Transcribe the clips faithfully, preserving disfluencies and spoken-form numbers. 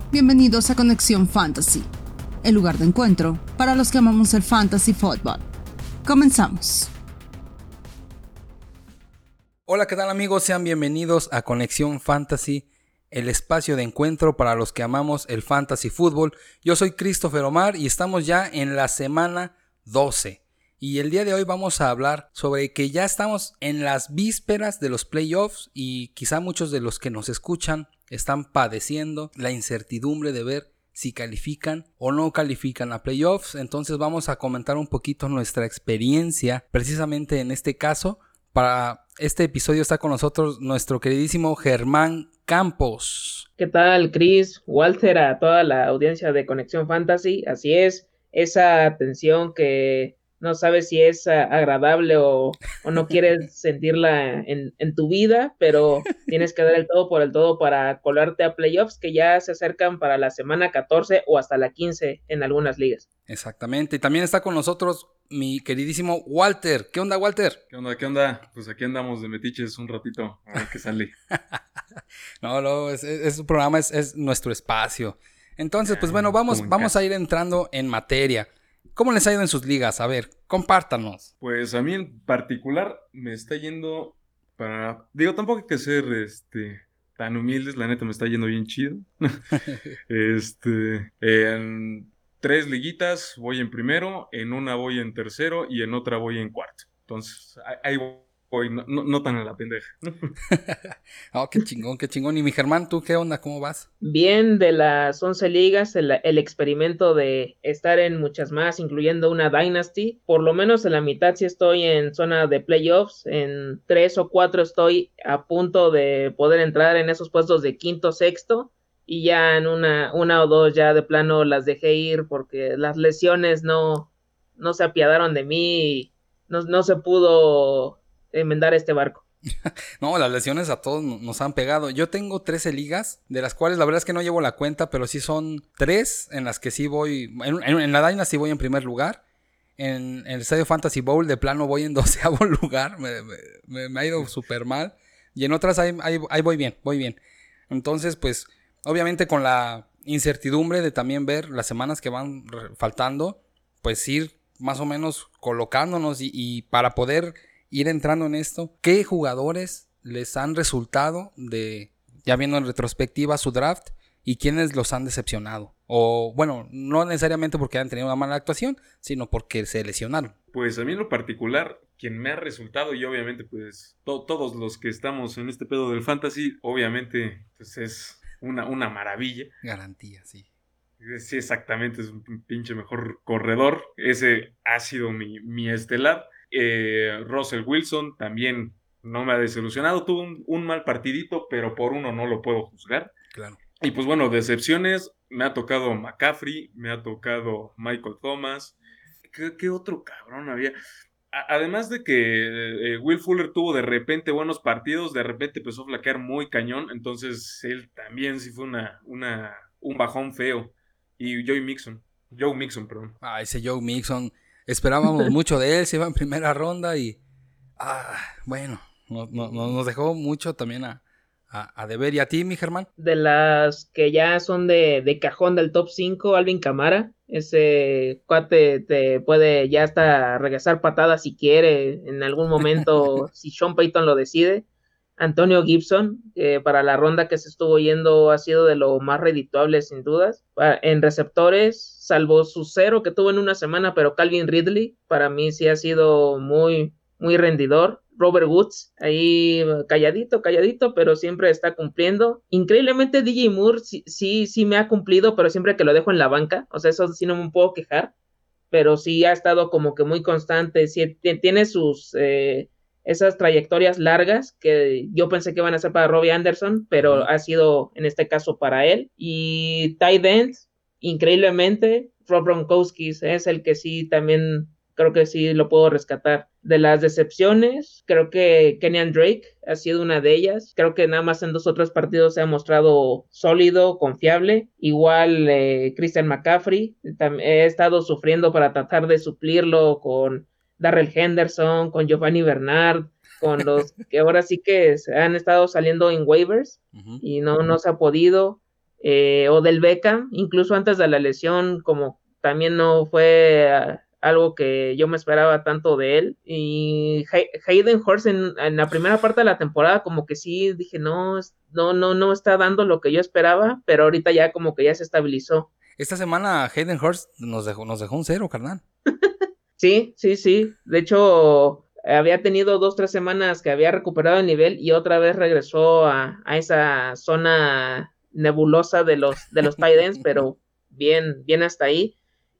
Bienvenidos a Conexión Fantasy, el lugar de encuentro para los que amamos el fantasy football. Comenzamos. Hola, ¿qué tal amigos? Sean bienvenidos a Conexión Fantasy, el espacio de encuentro para los que amamos el fantasy fútbol. Yo soy Christopher Omar y estamos ya en la semana doce. Y el día de hoy vamos a hablar sobre que ya estamos en las vísperas de los playoffs y quizá muchos de los que nos escuchan están padeciendo la incertidumbre de ver si califican o no califican a playoffs. Entonces vamos a comentar un poquito nuestra experiencia precisamente en este caso. Para este episodio está con nosotros nuestro queridísimo Germán Campos. ¿Qué tal, Chris? Walter, a toda la audiencia de Conexión Fantasy. Así es, esa tensión que no sabes si es uh, agradable o, o no quieres sentirla en, en tu vida, pero tienes que dar el todo por el todo para colarte a playoffs que ya se acercan para la semana catorce o hasta la quince en algunas ligas. Exactamente, y también está con nosotros mi queridísimo Walter. ¿Qué onda, Walter? ¿Qué onda, qué onda? Pues aquí andamos de metiches un ratito, a ver qué sale. no, no, es, es, es un programa, es, es nuestro espacio. Entonces, pues bueno, vamos, vamos a ir entrando en materia. ¿Cómo les ha ido en sus ligas? A ver, compártanos. Pues a mí en particular me está yendo para... Digo, tampoco hay que ser este, tan humildes, la neta me está yendo bien chido. este, en tres liguitas voy en primero, en una voy en tercero y en otra voy en cuarto. Entonces, ahí voy. Hoy no, no, no tan a la pendeja. Oh, qué chingón, qué chingón. Y mi Germán, ¿tú qué onda? ¿Cómo vas? Bien, de las once ligas, el, el experimento de estar en muchas más, incluyendo una Dynasty. Por lo menos en la mitad sí estoy en zona de playoffs. En tres o cuatro estoy a punto de poder entrar en esos puestos de quinto, sexto. Y ya en una, una o dos ya de plano las dejé ir porque las lesiones no, no se apiadaron de mí y no, no se pudo enmendar este barco. No, las lesiones a todos nos han pegado. Yo tengo trece ligas, de las cuales la verdad es que no llevo la cuenta, pero sí son tres en las que sí voy. En, en, en la Dynasty voy en primer lugar. En, en el Estadio Fantasy Bowl de plano voy en doceavo lugar. Me, me, me ha ido súper mal. Y en otras ahí, ahí, ahí voy bien, voy bien. Entonces, pues, obviamente con la incertidumbre de también ver las semanas que van faltando, pues ir más o menos colocándonos y, y para poder ir entrando en esto, ¿qué jugadores les han resultado de, ya viendo en retrospectiva su draft, y quiénes los han decepcionado? O bueno, no necesariamente porque hayan tenido una mala actuación, sino porque se lesionaron. Pues a mí en lo particular, quien me ha resultado, y obviamente pues to- todos los que estamos en este pedo del fantasy, obviamente pues es una, una maravilla. Garantía, sí. Sí, exactamente, es un pinche mejor corredor. Ese ha sido mi, mi estelar. Eh, Russell Wilson también no me ha desilusionado, tuvo un, un mal partidito, pero por uno no lo puedo juzgar. Claro. Y pues bueno, decepciones, me ha tocado McCaffrey, me ha tocado Michael Thomas. ¿Qué, qué otro cabrón había? A, además de que eh, Will Fuller tuvo de repente buenos partidos, de repente empezó a flaquear muy cañón, entonces él también sí fue una, una, un bajón feo. Y Joe Mixon, Joe Mixon, perdón. Ah, ese Joe Mixon. Esperábamos mucho de él, se iba en primera ronda y ah, bueno, no, no, nos dejó mucho también a, a, a deber. ¿Y a ti, mi Germán? De las que ya son de, de cajón del top cinco, Alvin Kamara, ese cuate te puede ya hasta regresar patadas si quiere en algún momento, si Sean Payton lo decide. Antonio Gibson, que para la ronda que se estuvo yendo ha sido de lo más redituable sin dudas. En receptores, salvo su cero que tuvo en una semana, pero Calvin Ridley para mí sí ha sido muy, muy rendidor. Robert Woods, ahí calladito, calladito, pero siempre está cumpliendo. Increíblemente D J Moore sí, sí, sí me ha cumplido, pero siempre que lo dejo en la banca, o sea, eso sí no me puedo quejar, pero sí ha estado como que muy constante, sí, tiene sus... Eh, esas trayectorias largas que yo pensé que iban a ser para Robbie Anderson, pero uh-huh. ha sido en este caso para él. Y tight end, increíblemente, Rob Gronkowski es el que sí también creo que sí lo puedo rescatar. De las decepciones, creo que Kenyan Drake ha sido una de ellas. Creo que nada más en dos o tres partidos se ha mostrado sólido, confiable. Igual eh, Christian McCaffrey, he estado sufriendo para tratar de suplirlo con Darrell Henderson, con Giovanni Bernard, con los que ahora sí que han estado saliendo en waivers uh-huh. y no, no se ha podido. eh, Odell Beckham, incluso antes de la lesión, como también no fue uh, algo que yo me esperaba tanto de él. Y Hay- Hayden Hurst en, en la primera parte de la temporada, como que sí dije, no, es- no, no, no está dando lo que yo esperaba, pero ahorita ya como que ya se estabilizó. Esta semana Hayden Hurst nos dejó, nos dejó un cero, carnal. Sí, sí, sí. De hecho, había tenido dos, tres semanas que había recuperado el nivel y otra vez regresó a, a esa zona nebulosa de los, de los tight ends, pero bien, bien hasta ahí.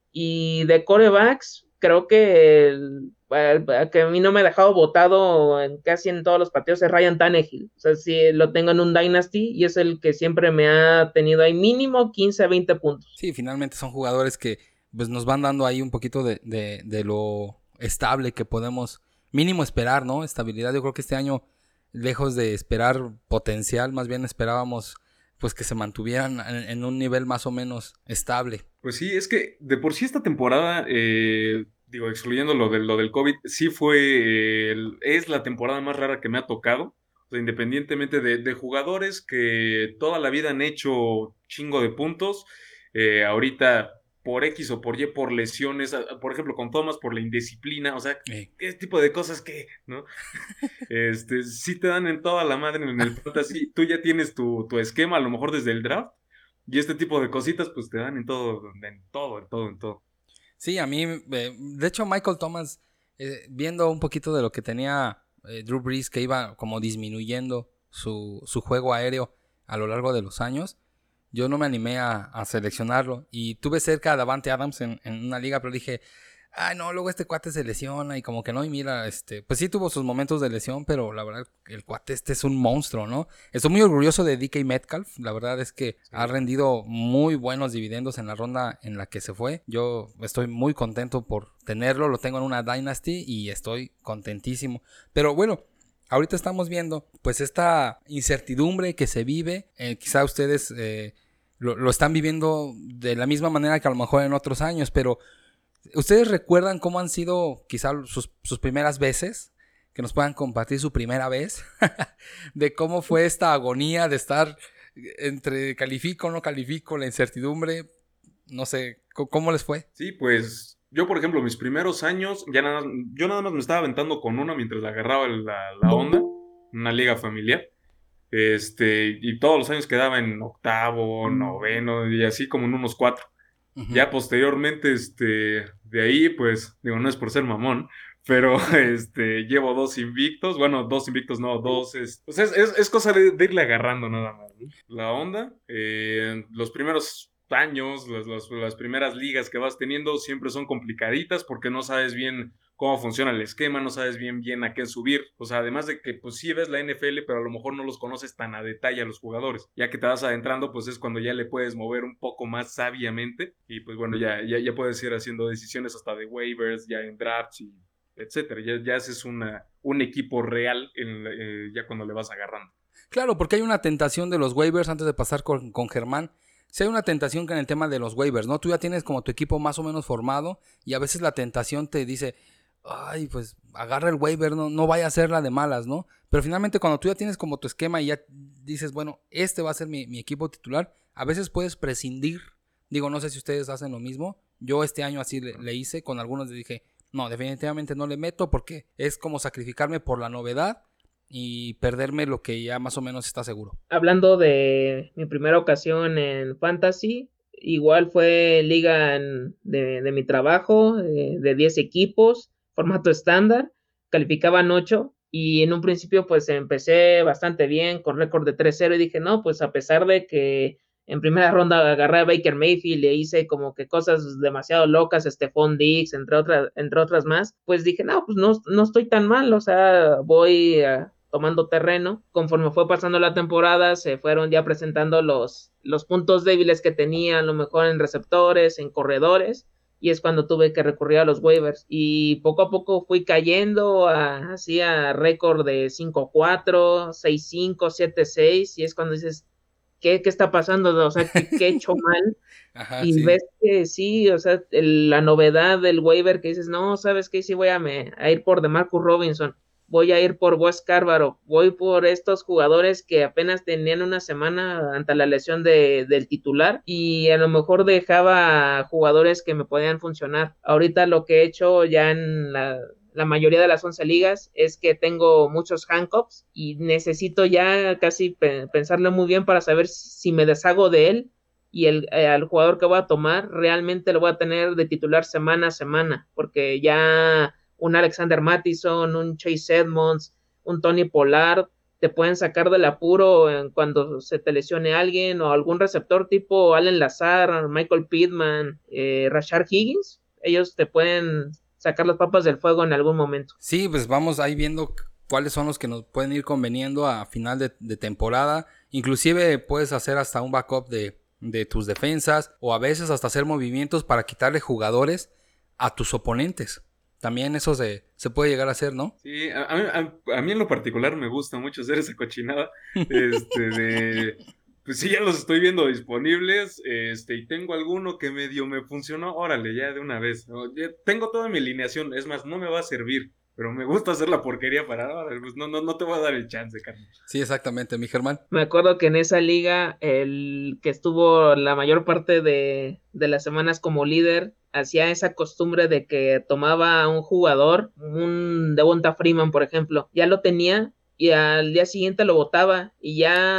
Y de corebacks, creo que el, el que a mí no me ha dejado votado en casi en todos los partidos es Ryan Tannehill. O sea, sí lo tengo en un Dynasty y es el que siempre me ha tenido ahí mínimo quince a veinte puntos. Sí, finalmente son jugadores que pues, nos van dando ahí un poquito de, de, de lo estable que podemos mínimo esperar, ¿no? Estabilidad. Yo creo que este año, lejos de esperar potencial, más bien esperábamos pues que se mantuvieran en, en un nivel más o menos estable. Pues sí, es que de por sí esta temporada, eh, digo, excluyendo lo, de, lo del COVID, sí fue, eh, el- es la temporada más rara que me ha tocado. O sea, independientemente de, de jugadores que toda la vida han hecho chingo de puntos, eh, ahorita por X o por Y, por lesiones, a- por ejemplo con Thomas, por la indisciplina, o sea, Eh, ¿qué tipo de cosas que, ¿no? Este, sí te dan en toda la madre en el fantasy. Tú ya tienes tu, tu esquema, a lo mejor desde el draft. Y este tipo de cositas, pues te dan en todo, en todo, en todo, en todo. Sí, a mí, eh, de hecho Michael Thomas, eh, viendo un poquito de lo que tenía eh, Drew Brees, que iba como disminuyendo su, su juego aéreo a lo largo de los años, yo no me animé a, a seleccionarlo. Y tuve cerca a Davante Adams en, en una liga, pero dije, ay no, luego este cuate se lesiona y como que no, y mira, este, pues sí tuvo sus momentos de lesión, pero la verdad el cuate este es un monstruo, ¿no? Estoy muy orgulloso de D K Metcalf, la verdad es que ha rendido muy buenos dividendos en la ronda en la que se fue. Yo estoy muy contento por tenerlo, lo tengo en una Dynasty y estoy contentísimo. Pero bueno, ahorita estamos viendo pues esta incertidumbre que se vive, eh, quizá ustedes eh, lo, lo están viviendo de la misma manera que a lo mejor en otros años, pero ¿ustedes recuerdan cómo han sido quizá sus, sus primeras veces? Que nos puedan compartir su primera vez de cómo fue esta agonía de estar entre califico o no califico, la incertidumbre, no sé, ¿cómo les fue? Sí, pues yo, por ejemplo, mis primeros años, ya nada, yo nada más me estaba aventando con una mientras agarraba la, la onda, una liga familiar. Este, y todos los años quedaba en octavo, noveno, y así como en unos cuatro. Uh-huh. Ya posteriormente, este, de ahí, pues, digo, no es por ser mamón, pero este, llevo dos invictos, bueno, dos invictos, no, dos, es, pues es, es, es cosa de, de irle agarrando nada más, ¿no? La onda, eh, los primeros años, las, las, las primeras ligas que vas teniendo siempre son complicaditas porque no sabes bien cómo funciona el esquema, no sabes bien bien a qué subir, o sea, además de que pues sí ves la N F L, pero a lo mejor no los conoces tan a detalle a los jugadores, ya que te vas adentrando, pues es cuando ya le puedes mover un poco más sabiamente, y pues bueno, ya, ya, ya puedes ir haciendo decisiones hasta de waivers, ya en drafts y etcétera, ya, ya haces una, un equipo real en, eh, ya cuando le vas agarrando. Claro, porque hay una tentación de los waivers antes de pasar con, con Germán. Si hay una tentación que en el tema de los waivers, ¿no? Tú ya tienes como tu equipo más o menos formado y a veces la tentación te dice, ay, pues agarra el waiver, no, no vaya a ser la de malas, ¿no? Pero finalmente cuando tú ya tienes como tu esquema y ya dices, bueno, este va a ser mi, mi equipo titular, a veces puedes prescindir. Digo, no sé si ustedes hacen lo mismo. Yo este año así le, le hice, con algunos les dije, no, definitivamente no le meto porque es como sacrificarme por la novedad y perderme lo que ya más o menos está seguro. Hablando de mi primera ocasión en Fantasy, igual fue liga en, de, de mi trabajo, eh, de diez equipos, formato estándar, calificaban ocho y en un principio pues empecé bastante bien con récord de tres cero y dije, no, pues a pesar de que en primera ronda agarré a Baker Mayfield, le hice como que cosas demasiado locas, Stephon Diggs, entre otras, entre otras más, pues dije, no, pues no, no estoy tan mal, o sea, voy a tomando terreno. Conforme fue pasando la temporada, se fueron ya presentando los, los puntos débiles que tenía, a lo mejor en receptores, en corredores, y es cuando tuve que recurrir a los waivers. Y poco a poco fui cayendo a, así a récord de cinco cuatro, seis cinco, siete seis, y es cuando dices, ¿qué, qué está pasando? O sea, ¿qué, qué he hecho mal? Ajá, Y sí. ves que sí, o sea, el, la novedad del waiver que dices, no, ¿sabes qué? Sí voy a, me, a ir por DeMarcus Robinson. voy a ir por Wes Scarborough, voy por estos jugadores que apenas tenían una semana ante la lesión de, del titular y a lo mejor dejaba jugadores que me podían funcionar. Ahorita lo que he hecho ya en la, la mayoría de las once ligas es que tengo muchos handcuffs y necesito ya casi pe- pensarlo muy bien para saber si, si me deshago de él y el, eh, al jugador que voy a tomar realmente lo voy a tener de titular semana a semana, porque ya un Alexander Mattison, un Chase Edmonds, un Tony Pollard, te pueden sacar del apuro en cuando se te lesione alguien o algún receptor tipo Allen Lazard, Michael Pittman, eh, Rashard Higgins, ellos te pueden sacar las papas del fuego en algún momento. Sí, pues vamos ahí viendo cuáles son los que nos pueden ir conveniendo a final de, de temporada. Inclusive puedes hacer hasta un backup de, de tus defensas o a veces hasta hacer movimientos para quitarle jugadores a tus oponentes. También eso se, se puede llegar a hacer, ¿no? Sí, a, a, a mí en lo particular me gusta mucho hacer esa cochinada, este, de, pues sí, ya los estoy viendo disponibles, este, y tengo alguno que medio me funcionó, órale, ya de una vez, ¿no? Ya tengo toda mi alineación, es más, no me va a servir, pero me gusta hacer la porquería para, órale, pues no, no, no te voy a dar el chance, carnal. Sí, exactamente, mi Germán. Me acuerdo que en esa liga, el que estuvo la mayor parte de, de las semanas como líder, hacía esa costumbre de que tomaba a un jugador, un Devonta Freeman, por ejemplo, ya lo tenía y al día siguiente lo botaba y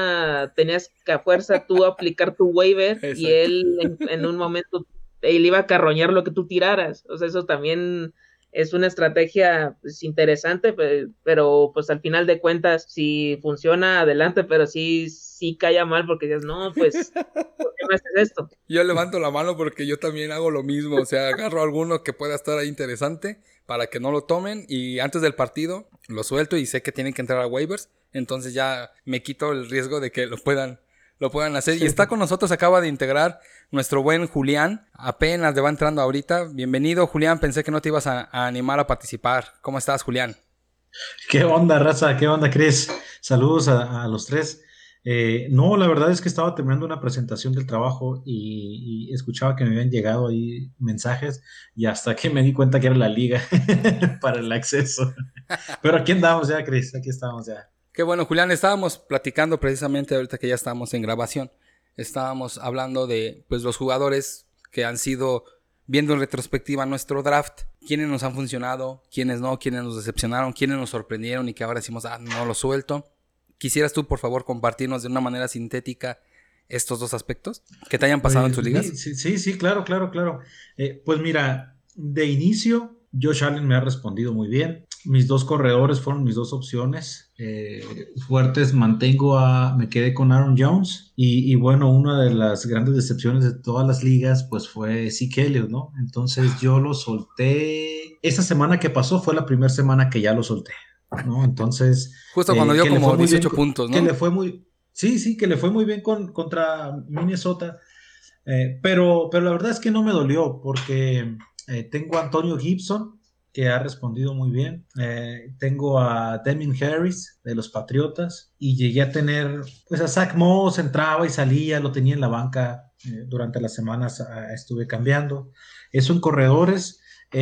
ya tenías que a fuerza tú aplicar tu waiver y Exacto. él en, en un momento él iba a carroñar lo que tú tiraras. O sea, eso también es una estrategia pues, interesante, pe- pero pues al final de cuentas, si funciona, adelante, pero sí, sí calla mal porque dices, no, pues, ¿por qué no haces esto? Yo levanto la mano porque yo también hago lo mismo. O sea, agarro alguno que pueda estar ahí interesante para que no lo tomen y antes del partido lo suelto y sé que tienen que entrar a waivers. Entonces ya me quito el riesgo de que lo puedan, lo puedan hacer. Y está con nosotros, acaba de integrar nuestro buen Julián. Apenas le va entrando ahorita. Bienvenido, Julián. Pensé que no te ibas a, a animar a participar. ¿Cómo estás, Julián? ¿Qué onda, raza? ¿Qué onda, Chris? Saludos a, a los tres. Eh, no, la verdad es que estaba terminando una presentación del trabajo y, y escuchaba que me habían llegado ahí mensajes y hasta que me di cuenta que era la liga para el acceso. Pero aquí andamos ya, Chris, aquí estamos ya. Qué bueno, Julián. Estábamos platicando precisamente ahorita que ya estamos en grabación. Estábamos hablando de pues los jugadores que han sido, viendo en retrospectiva nuestro draft, quiénes nos han funcionado, quiénes no, quiénes nos decepcionaron, quiénes nos sorprendieron y que ahora decimos, ah, no lo suelto. ¿Quisieras tú, por favor, compartirnos de una manera sintética estos dos aspectos que te hayan pasado Pues, en tus ligas? Sí, sí, sí, claro, claro, claro. Eh, pues mira, de inicio, Josh Allen me ha respondido muy bien. Mis dos corredores fueron mis dos opciones. Eh, fuertes, mantengo a, me quedé con Aaron Jones. Y, y bueno, una de las grandes decepciones de todas las ligas, pues fue Zeke Elliott, ¿no? Entonces yo lo solté. Esa semana que pasó fue la primera semana que ya lo solté, ¿no? Entonces. Justo cuando eh, dio que le como fue muy dieciocho bien, puntos, ¿no? Que le fue muy. Sí, sí, que le fue muy bien con, contra Minnesota. Eh, pero, pero la verdad es que no me dolió porque eh, tengo a Antonio Gibson, que ha respondido muy bien. Eh, tengo a Damien Harris de los Patriotas y llegué a tener, pues a Zach Moss, entraba y salía, lo tenía en la banca. Eh, durante las semanas uh, estuve cambiando. Eso en corredores.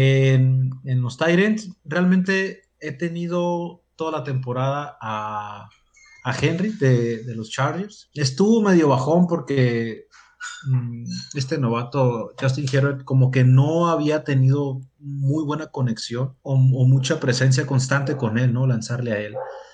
En, en los tight ends, realmente he tenido toda la temporada a, a Henry de, de los Chargers. Estuvo medio bajón porque este novato Justin Herbert como que no había tenido muy buena conexión o, o mucha presencia constante con él, ¿no? Lanzarle a él.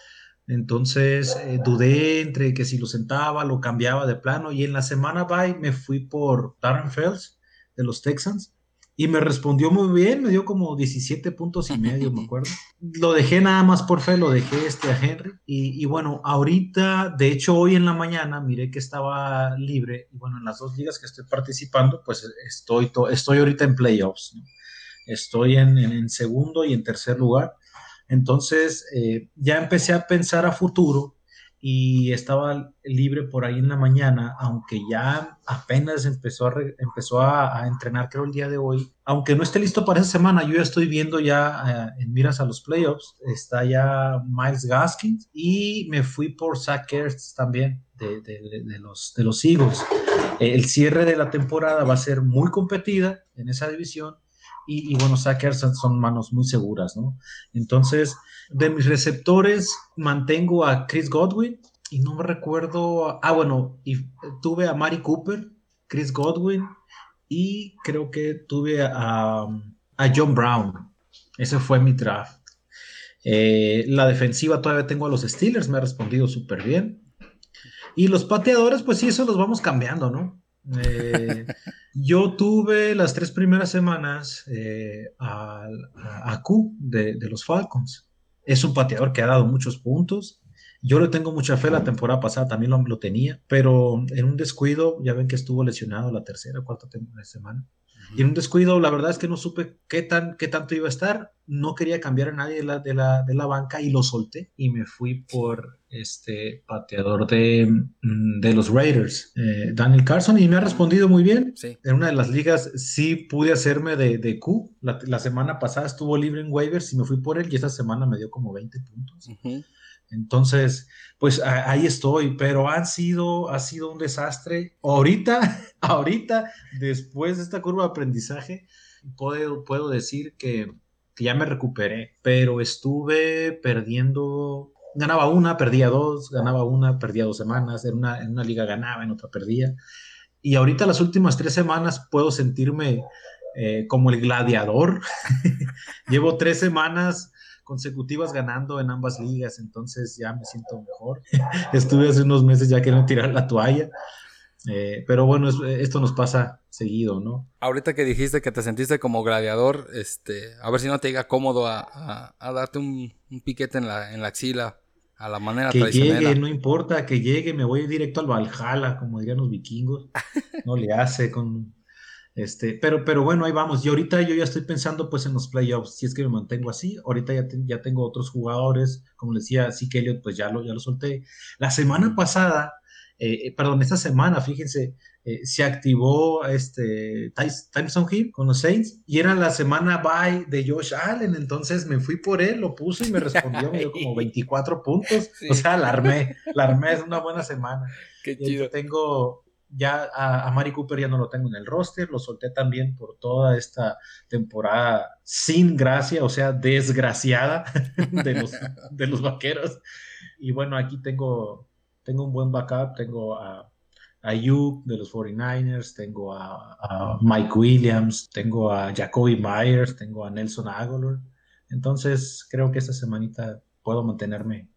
Entonces eh, dudé entre que si lo sentaba, lo cambiaba de plano y en la semana bye me fui por Darren Fells de los Texans y me respondió muy bien, me dio como diecisiete puntos y medio, me acuerdo. Lo dejé nada más por fe, lo dejé este a Henry y, y bueno, ahorita, de hecho hoy en la mañana miré que estaba libre y bueno, en las dos ligas que estoy participando, pues estoy, to- estoy ahorita en playoffs, ¿no? Estoy en, en, en segundo y en tercer lugar. Entonces eh, ya empecé a pensar a futuro y estaba libre por ahí en la mañana, aunque ya apenas empezó a, re, empezó a, a entrenar, creo el día de hoy, aunque no esté listo para esa semana, yo ya estoy viendo ya eh, en miras a los playoffs, está ya Myles Gaskins y me fui por Zach Ertz también de, de, de, de, los, de los Eagles. Eh, el cierre de la temporada va a ser muy competida en esa división y, y bueno, Zach Ertz son manos muy seguras, ¿no? Entonces, de mis receptores, mantengo a Chris Godwin, y no me recuerdo, ah, bueno, y tuve a Mari Cooper, Chris Godwin, y creo que tuve a, a John Brown. Ese fue mi draft. Eh, la defensiva todavía tengo a los Steelers, me ha respondido súper bien. Y los pateadores, pues sí, eso los vamos cambiando, ¿no? Eh, yo tuve las tres primeras semanas eh, a, a Q de, de los Falcons. Es un pateador que ha dado muchos puntos. Yo le tengo mucha fe, la temporada pasada también lo, lo tenía, pero en un descuido, ya ven que estuvo lesionado la tercera, cuarta semana. Y en un descuido, la verdad es que no supe qué, tan, qué tanto iba a estar. No quería cambiar a nadie de la, de la, de la banca y lo solté. Y me fui por este pateador de, de los Raiders, eh, Daniel Carson, y me ha respondido muy bien. Sí. En una de las ligas sí pude hacerme de, de Q. La, la semana pasada estuvo libre en waivers y me fui por él. Y esta semana me dio como veinte puntos. Uh-huh. Entonces, pues a, ahí estoy, pero han sido, ha sido un desastre. Ahorita, ahorita, después de esta curva de aprendizaje, puedo, puedo decir que, que ya me recuperé, pero estuve perdiendo, ganaba una, perdía dos, ganaba una, perdía dos semanas, en una, en una liga ganaba, en otra perdía. Y ahorita las últimas tres semanas puedo sentirme eh, como el gladiador. Llevo tres semanas consecutivas ganando en ambas ligas, entonces ya me siento mejor. Estuve hace unos meses ya queriendo tirar la toalla, eh, pero bueno, es, esto nos pasa seguido, ¿no? Ahorita que dijiste que te sentiste como gladiador, este, a ver si no te llega cómodo a, a, a darte un, un piquete en la, en la axila a la manera que tradicional. Llegue, no importa, que llegue, me voy directo al Valhalla, como dirían los vikingos. No le hace con... Este, pero, pero bueno, ahí vamos. Y ahorita yo ya estoy pensando pues en los playoffs, si es que me mantengo así. Ahorita ya, te, ya tengo otros jugadores, como les decía, Zeke Elliott, pues ya lo, ya lo solté. La semana pasada, eh, perdón, esta semana, fíjense, eh, se activó este Tyson Hill con los Saints y era la semana bye de Josh Allen, entonces me fui por él, lo puse y me respondió, me dio como veinticuatro puntos. Sí. O sea, la armé, la armé, es una buena semana. Qué y chido. Tengo... Ya a, a Mari Cooper ya no lo tengo en el roster, lo solté también por toda esta temporada sin gracia, o sea, desgraciada de los, de los vaqueros. Y bueno, aquí tengo, tengo un buen backup, tengo a, a Ayuk de los cuarenta y nueve ers, tengo a, a Mike Williams, tengo a Jacoby Myers, tengo a Nelson Aguilar. Entonces creo que esta semanita puedo mantenerme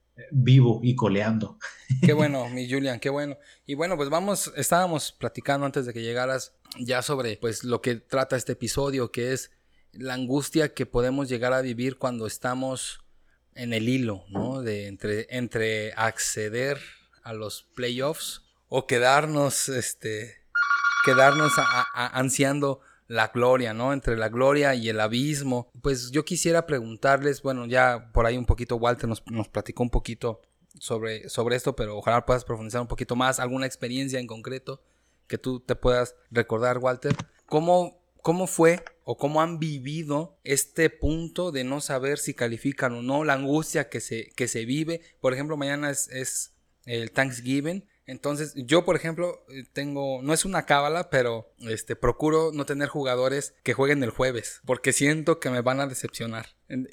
vivo y coleando. Qué bueno, mi Julian, qué bueno. Y bueno, pues vamos, estábamos platicando antes de que llegaras ya sobre pues lo que trata este episodio, que es la angustia que podemos llegar a vivir cuando estamos en el hilo, ¿no? De entre, entre acceder a los playoffs o quedarnos, este, quedarnos a, a, ansiando la gloria, ¿no? Entre la gloria y el abismo. Pues yo quisiera preguntarles, bueno, ya por ahí un poquito Walter nos, nos platicó un poquito sobre, sobre esto, pero ojalá puedas profundizar un poquito más, alguna experiencia en concreto que tú te puedas recordar, Walter. ¿Cómo, cómo fue o cómo han vivido este punto de no saber si califican o no, la angustia que se, que se vive? Por ejemplo, mañana es, es el Thanksgiving. Entonces, yo, por ejemplo, tengo, no es una cábala, pero este, procuro no tener jugadores que jueguen el jueves, porque siento que me van a decepcionar.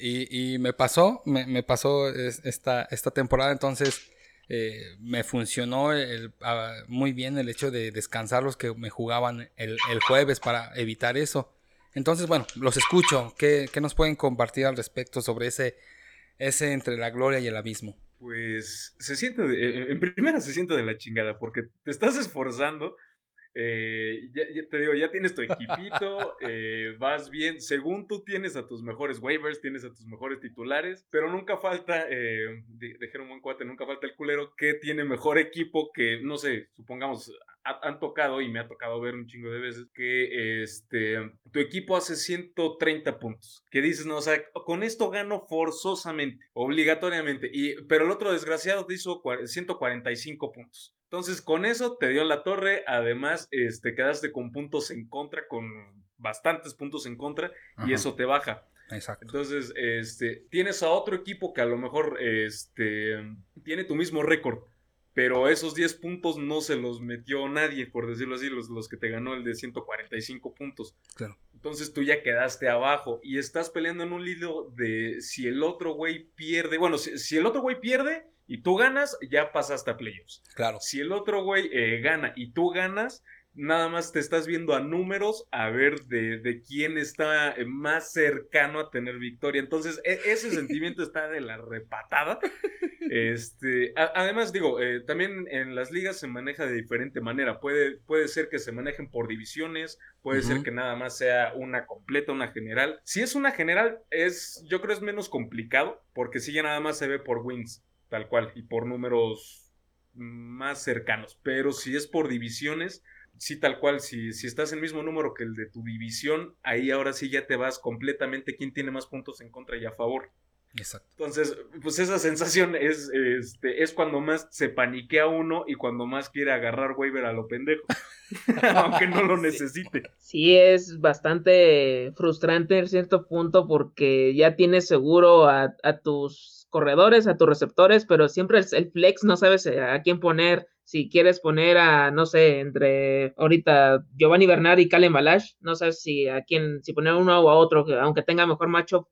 Y, y me pasó, me, me pasó esta, esta temporada, entonces eh, me funcionó el, uh, muy bien el hecho de descansar los que me jugaban el, el jueves para evitar eso. Entonces, bueno, los escucho. ¿Qué, qué nos pueden compartir al respecto sobre ese, ese entre la gloria y el abismo? Pues se siente, de, en primera se siente de la chingada, porque te estás esforzando, eh, ya, ya te digo, ya tienes tu equipito, eh, vas bien, según tú tienes a tus mejores waivers, tienes a tus mejores titulares, pero nunca falta, eh, dejé un buen cuate, nunca falta el culero que tiene mejor equipo que, no sé, supongamos, ha, han tocado, y me ha tocado ver un chingo de veces, que este, tu equipo hace ciento treinta puntos, que dices, no, o sea, con esto gano forzosamente, obligatoriamente, y, pero el otro desgraciado te hizo ciento cuarenta y cinco puntos. Entonces, con eso te dio la torre. Además, este, quedaste con puntos en contra, con bastantes puntos en contra, Ajá. y eso te baja. Exacto. Entonces, este, tienes a otro equipo que a lo mejor este, tiene tu mismo récord, pero esos diez puntos no se los metió nadie, por decirlo así, los, los que te ganó el de ciento cuarenta y cinco puntos. Claro. Entonces tú ya quedaste abajo y estás peleando en un hilo de si el otro güey pierde, bueno, si, si el otro güey pierde y tú ganas, ya pasaste a playoffs. Claro. Si el otro güey eh, gana y tú ganas, nada más te estás viendo a números a ver de, de quién está más cercano a tener victoria. Entonces, e- ese sentimiento está de la repatada. Este, a- además, digo, eh, también en las ligas se maneja de diferente manera. Puede, puede ser que se manejen por divisiones, puede Ujú. ser que nada más sea una completa, una general. Si es una general, es, yo creo es menos complicado, porque si ya nada más se ve por wins, tal cual, y por números más cercanos. Pero si es por divisiones, sí, tal cual, si, si estás en el mismo número que el de tu división, ahí ahora sí ya te vas completamente quién tiene más puntos en contra y a favor. Exacto. Entonces, pues esa sensación es, este, es cuando más se paniquea uno y cuando más quiere agarrar waiver a lo pendejo, aunque no lo necesite. Sí, es bastante frustrante en cierto punto porque ya tienes seguro a, a tus corredores, a tus receptores, pero siempre el, el flex no sabes a quién poner. Si quieres poner a, no sé, entre ahorita Giovanni Bernard y Kalen Balash, no sabes si a quién, si poner uno o a otro, aunque tenga mejor matchup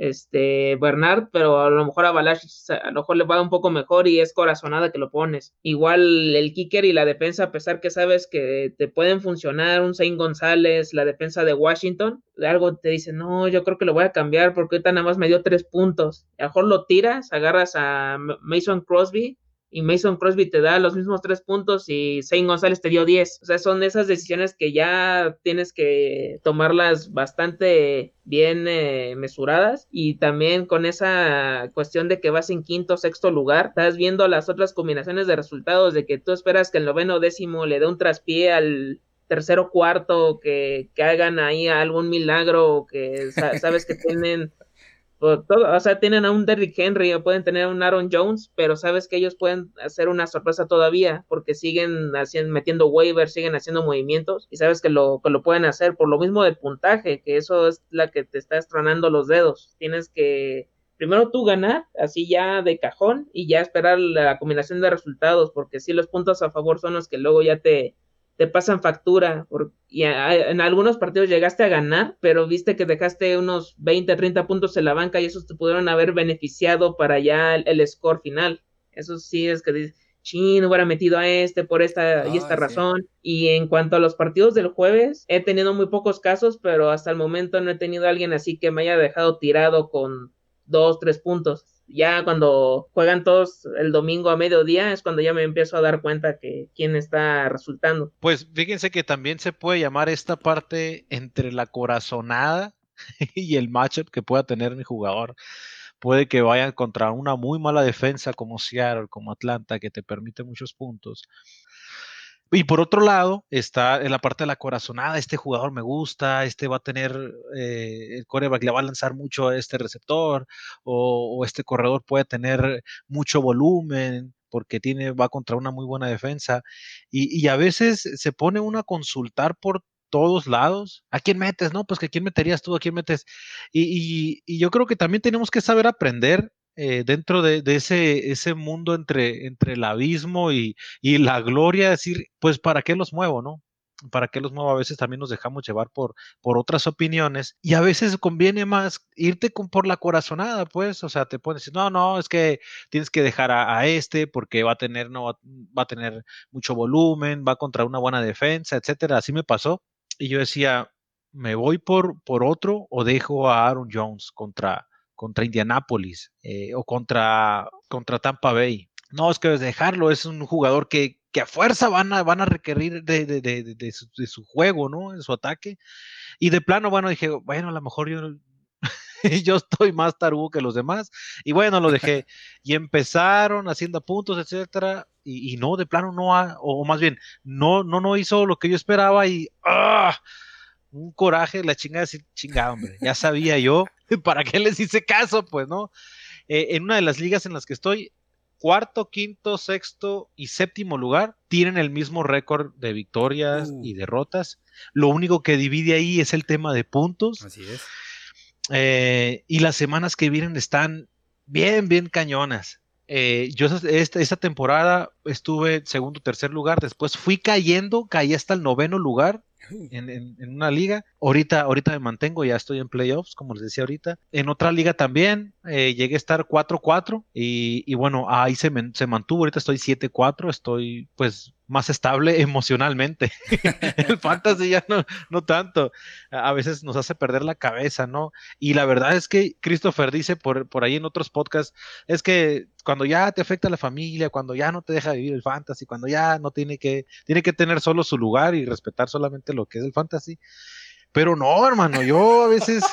este Bernard, pero a lo mejor a Balash a lo mejor le va un poco mejor y es corazonada que lo pones. Igual el kicker y la defensa, a pesar que sabes que te pueden funcionar un Zane González, la defensa de Washington, algo te dice, no, yo creo que lo voy a cambiar porque ahorita nada más me dio tres puntos. A lo mejor lo tiras, agarras a Mason Crosby y Mason Crosby te da los mismos tres puntos y Zane González te dio diez. O sea, son esas decisiones que ya tienes que tomarlas bastante bien eh, mesuradas, y también con esa cuestión de que vas en quinto, sexto lugar, estás viendo las otras combinaciones de resultados, de que tú esperas que el noveno décimo le dé un traspié al tercero cuarto, que, que hagan ahí algún milagro, que sa- sabes que tienen todo, o sea, tienen a un Derrick Henry o pueden tener a un Aaron Jones, pero sabes que ellos pueden hacer una sorpresa todavía porque siguen haciendo, metiendo waivers, siguen haciendo movimientos y sabes que lo, que lo pueden hacer por lo mismo del puntaje, que eso es la que te está estronando los dedos. Tienes que primero tú ganar, así ya de cajón, y ya esperar la combinación de resultados, porque sí, los puntos a favor son los que luego ya te te pasan factura, por, y a, en algunos partidos llegaste a ganar, pero viste que dejaste unos veinte, treinta puntos en la banca y esos te pudieron haber beneficiado para ya el, el score final. Eso sí es que dices, chin, hubiera metido a este por esta y esta Ay, sí. razón. Y en cuanto a los partidos del jueves, he tenido muy pocos casos, pero hasta el momento no he tenido a alguien así que me haya dejado tirado con dos, tres puntos. Ya cuando juegan todos el domingo a mediodía es cuando ya me empiezo a dar cuenta que quién está resultando. Pues fíjense que también se puede llamar esta parte entre la corazonada y el matchup que pueda tener mi jugador. Puede que vayan contra una muy mala defensa como Seattle, como Atlanta, que te permite muchos puntos. Y por otro lado, está en la parte de la corazonada, este jugador me gusta, este va a tener, eh, el quarterback le va a lanzar mucho a este receptor, o, o este corredor puede tener mucho volumen, porque tiene, va contra una muy buena defensa. Y, y a veces se pone uno a consultar por todos lados. ¿A quién metes? No, pues que quién meterías tú, a quién metes. Y, y, y yo creo que también tenemos que saber aprender eh, dentro de, de ese, ese mundo entre, entre el abismo y, y la gloria, decir, pues, ¿para qué los muevo, no? ¿Para qué los muevo? A veces también nos dejamos llevar por, por otras opiniones y a veces conviene más irte con, por la corazonada, pues, o sea, te pueden decir, no, no, es que tienes que dejar a, a este porque va a tener, no, va, va a tener mucho volumen, va contra una buena defensa, etcétera. Así me pasó y yo decía, ¿me voy por, por otro o dejo a Aaron Jones contra, contra Indianapolis eh, o contra, contra Tampa Bay? No, es que dejarlo, es un jugador que, que a fuerza van a, van a requerir de, de, de, de, su, de su juego, ¿no? En su ataque. Y de plano, bueno, dije, bueno, a lo mejor yo, yo estoy más tarugo que los demás. Y bueno, lo dejé. Y empezaron haciendo puntos, etcétera. Y, y no, de plano no, ha, o más bien, no, no, no hizo lo que yo esperaba y ¡ah! Un coraje, la chingada, chingada, hombre. Ya sabía yo, ¿para qué les hice caso? Pues, ¿no? Eh, en una de las ligas en las que estoy, cuarto, quinto, sexto y séptimo lugar tienen el mismo récord de victorias uh. y derrotas. Lo único que divide ahí es el tema de puntos. Así es. Eh, y las semanas que vienen están bien, bien cañonas. Eh, yo esta, esta temporada estuve en segundo, tercer lugar, después fui cayendo, caí hasta el noveno lugar en, en, en una liga. Ahorita, ahorita me mantengo, ya estoy en playoffs, como les decía ahorita. En otra liga también eh, llegué a estar cuatro cuatro y, y bueno, ahí se, me, se mantuvo. Ahorita estoy siete cuatro, estoy pues más estable emocionalmente. El fantasy ya no, no tanto. A veces nos hace perder la cabeza, ¿no? Y la verdad es que Christopher dice por, por ahí en otros podcasts, es que cuando ya te afecta la familia, cuando ya no te deja vivir el fantasy, cuando ya no tiene que, tiene que tener solo su lugar y respetar solamente lo que es el fantasy. Pero no, hermano, yo a veces,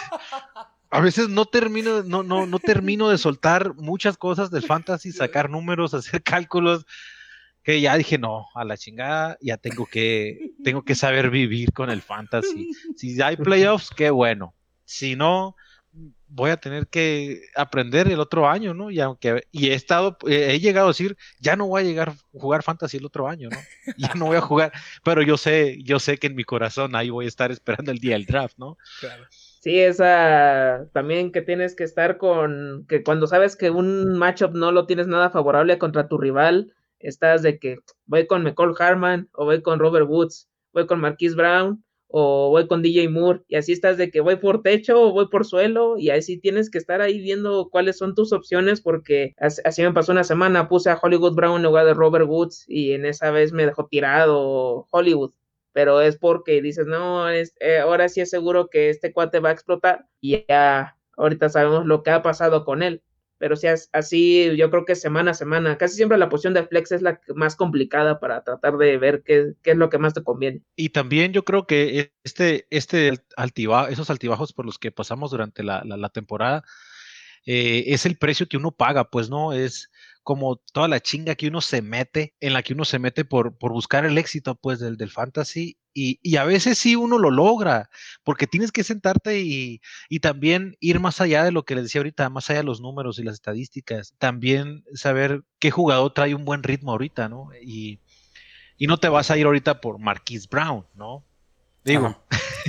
a veces no termino, no, no, no termino de soltar muchas cosas del fantasy, sacar números, hacer cálculos, que ya dije, no, a la chingada, ya tengo que, tengo que saber vivir con el fantasy. Si hay playoffs, qué bueno. Si no, voy a tener que aprender el otro año, ¿no? Y aunque y he estado, eh, he llegado a decir, ya no voy a llegar a jugar fantasy el otro año, ¿no? Ya no voy a jugar, pero yo sé, yo sé que en mi corazón ahí voy a estar esperando el día del draft, ¿no? Claro. Sí, esa también que tienes que estar con, que cuando sabes que un matchup no lo tienes nada favorable contra tu rival, estás de que voy con McCall Harman, o voy con Robert Woods, voy con Marquise Brown, o voy con D J Moore, y así estás de que voy por techo o voy por suelo, y así tienes que estar ahí viendo cuáles son tus opciones, porque así, así me pasó una semana, puse a Hollywood Brown en lugar de Robert Woods, y en esa vez me dejó tirado Hollywood, pero es porque dices, no, es, eh, ahora sí es seguro que este cuate va a explotar, y ya ahorita sabemos lo que ha pasado con él. Pero si es así, yo creo que semana a semana, casi siempre la posición de flex es la más complicada para tratar de ver qué, qué es lo que más te conviene. Y también yo creo que este, este altiba, esos altibajos por los que pasamos durante la, la, la temporada, eh, es el precio que uno paga, pues no, es como toda la chinga que uno se mete, en la que uno se mete por, por buscar el éxito, pues, del, del fantasy, y, y a veces sí uno lo logra, porque tienes que sentarte y, y también ir más allá de lo que les decía ahorita, más allá de los números y las estadísticas, también saber qué jugador trae un buen ritmo ahorita, ¿no? Y, y no te vas a ir ahorita por Marquise Brown, ¿no? Digo,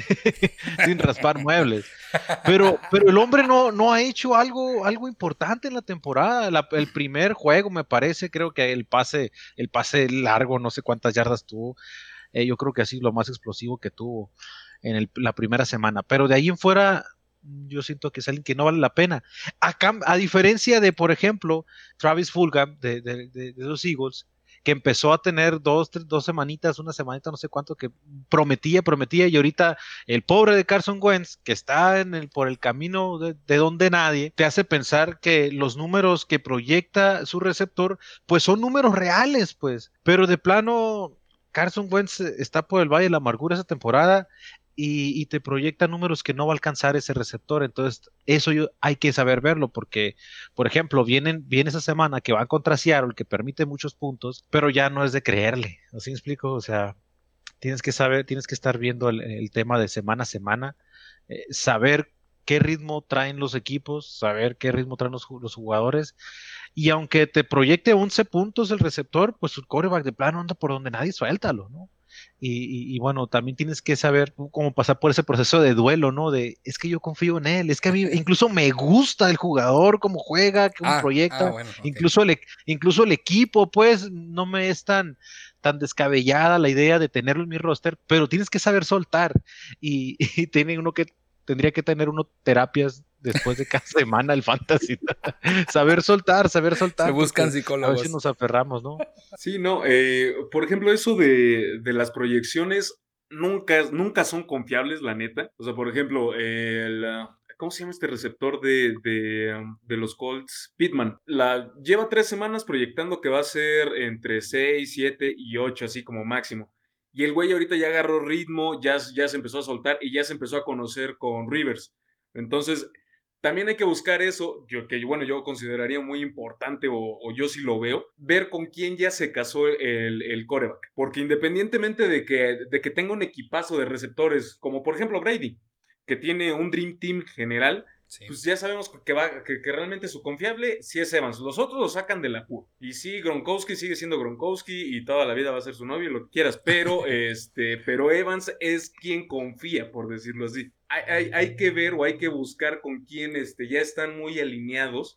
sin raspar muebles. Pero, pero el hombre no, no ha hecho algo, algo importante en la temporada. La, el primer juego, me parece, creo que el pase, el pase largo, no sé cuántas yardas tuvo. Eh, yo creo que así lo más explosivo que tuvo en el, la primera semana. Pero de ahí en fuera, yo siento que es alguien que no vale la pena. A, a diferencia de, por ejemplo, Travis Fulgham de, de, de, de los Eagles, que empezó a tener dos, tres, dos semanitas, una semanita, no sé cuánto, que prometía, prometía, y ahorita el pobre de Carson Wentz, que está en el, por el camino de, de donde nadie, te hace pensar que los números que proyecta su receptor, pues son números reales, pues, pero de plano, Carson Wentz está por el Valle de la Amargura esa temporada, Y, y te proyecta números que no va a alcanzar ese receptor. Entonces, eso yo, hay que saber verlo, porque, por ejemplo, vienen, viene esa semana que van contra Seattle, que permite muchos puntos, pero ya no es de creerle. ¿Así me explico? O sea, tienes que saber, tienes que estar viendo el, el tema de semana a semana, eh, saber qué ritmo traen los equipos, saber qué ritmo traen los, los jugadores. Y aunque te proyecte once puntos el receptor, pues su quarterback de plano anda por donde nadie, suéltalo, ¿no? Y, y, y, bueno, también tienes que saber cómo pasar por ese proceso de duelo, ¿no? De, es que yo confío en él, es que a mí incluso me gusta el jugador, cómo juega, cómo ah, proyecta, ah, bueno, okay. incluso, el, incluso el equipo, pues, no me es tan, tan descabellada la idea de tenerlo en mi roster, pero tienes que saber soltar, y, y tiene uno que, tendría que tener uno terapias después de cada semana el fantasy. Saber soltar, saber soltar. Se buscan psicólogos. A ver si nos aferramos, ¿no? Sí, no, eh, por ejemplo, eso de, de las proyecciones nunca, nunca son confiables, la neta. O sea, por ejemplo, el... ¿Cómo se llama este receptor de, de, de los Colts? Pittman. La, lleva tres semanas proyectando que va a ser entre seis, siete y ocho, así como máximo. Y el güey ahorita ya agarró ritmo, ya, ya se empezó a soltar y ya se empezó a conocer con Rivers. Entonces, también hay que buscar eso, yo, que bueno, yo consideraría muy importante, o, o yo sí lo veo, ver con quién ya se casó el, el quarterback. Porque independientemente de que, de que tenga un equipazo de receptores, como por ejemplo Brady, que tiene un Dream Team general, sí, pues ya sabemos que, va, que, que realmente su confiable sí es Evans. Los otros lo sacan del apuro. Y sí, Gronkowski sigue siendo Gronkowski y toda la vida va a ser su novio, lo que quieras, pero, este, pero Evans es quien confía, por decirlo así. Hay, hay, hay que ver o hay que buscar con quién este, ya están muy alineados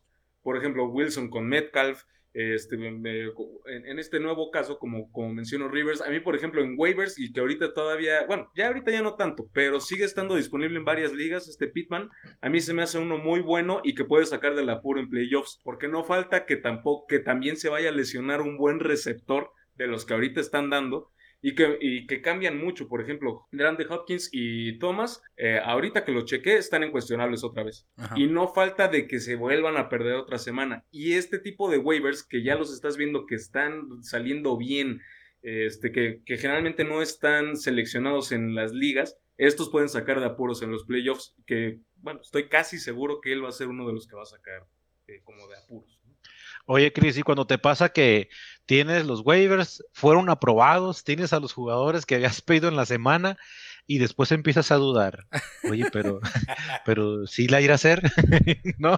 por ejemplo, Wilson con Metcalf. Este, me, en, en este nuevo caso, como, como menciono Rivers, a mí por ejemplo en waivers, y que ahorita todavía, bueno, ya ahorita ya no tanto, pero sigue estando disponible en varias ligas, este Pittman, a mí se me hace uno muy bueno y que puede sacar del apuro en playoffs, porque no falta que tampoco, que también se vaya a lesionar un buen receptor de los que ahorita están dando, y que, y que cambian mucho. Por ejemplo, DeAndre Hopkins y Thomas, eh, ahorita que lo chequé, están incuestionables otra vez. Ajá. Y no falta de que se vuelvan a perder otra semana. Y este tipo de waivers, que ya los estás viendo que están saliendo bien, este, que, que generalmente no están seleccionados en las ligas, estos pueden sacar de apuros en los playoffs, que, bueno, estoy casi seguro que él va a ser uno de los que va a sacar eh, como de apuros. Oye, Chris, y cuando te pasa que tienes los waivers, fueron aprobados, tienes a los jugadores que habías pedido en la semana y después empiezas a dudar. Oye, pero, pero sí la irá a hacer, ¿no?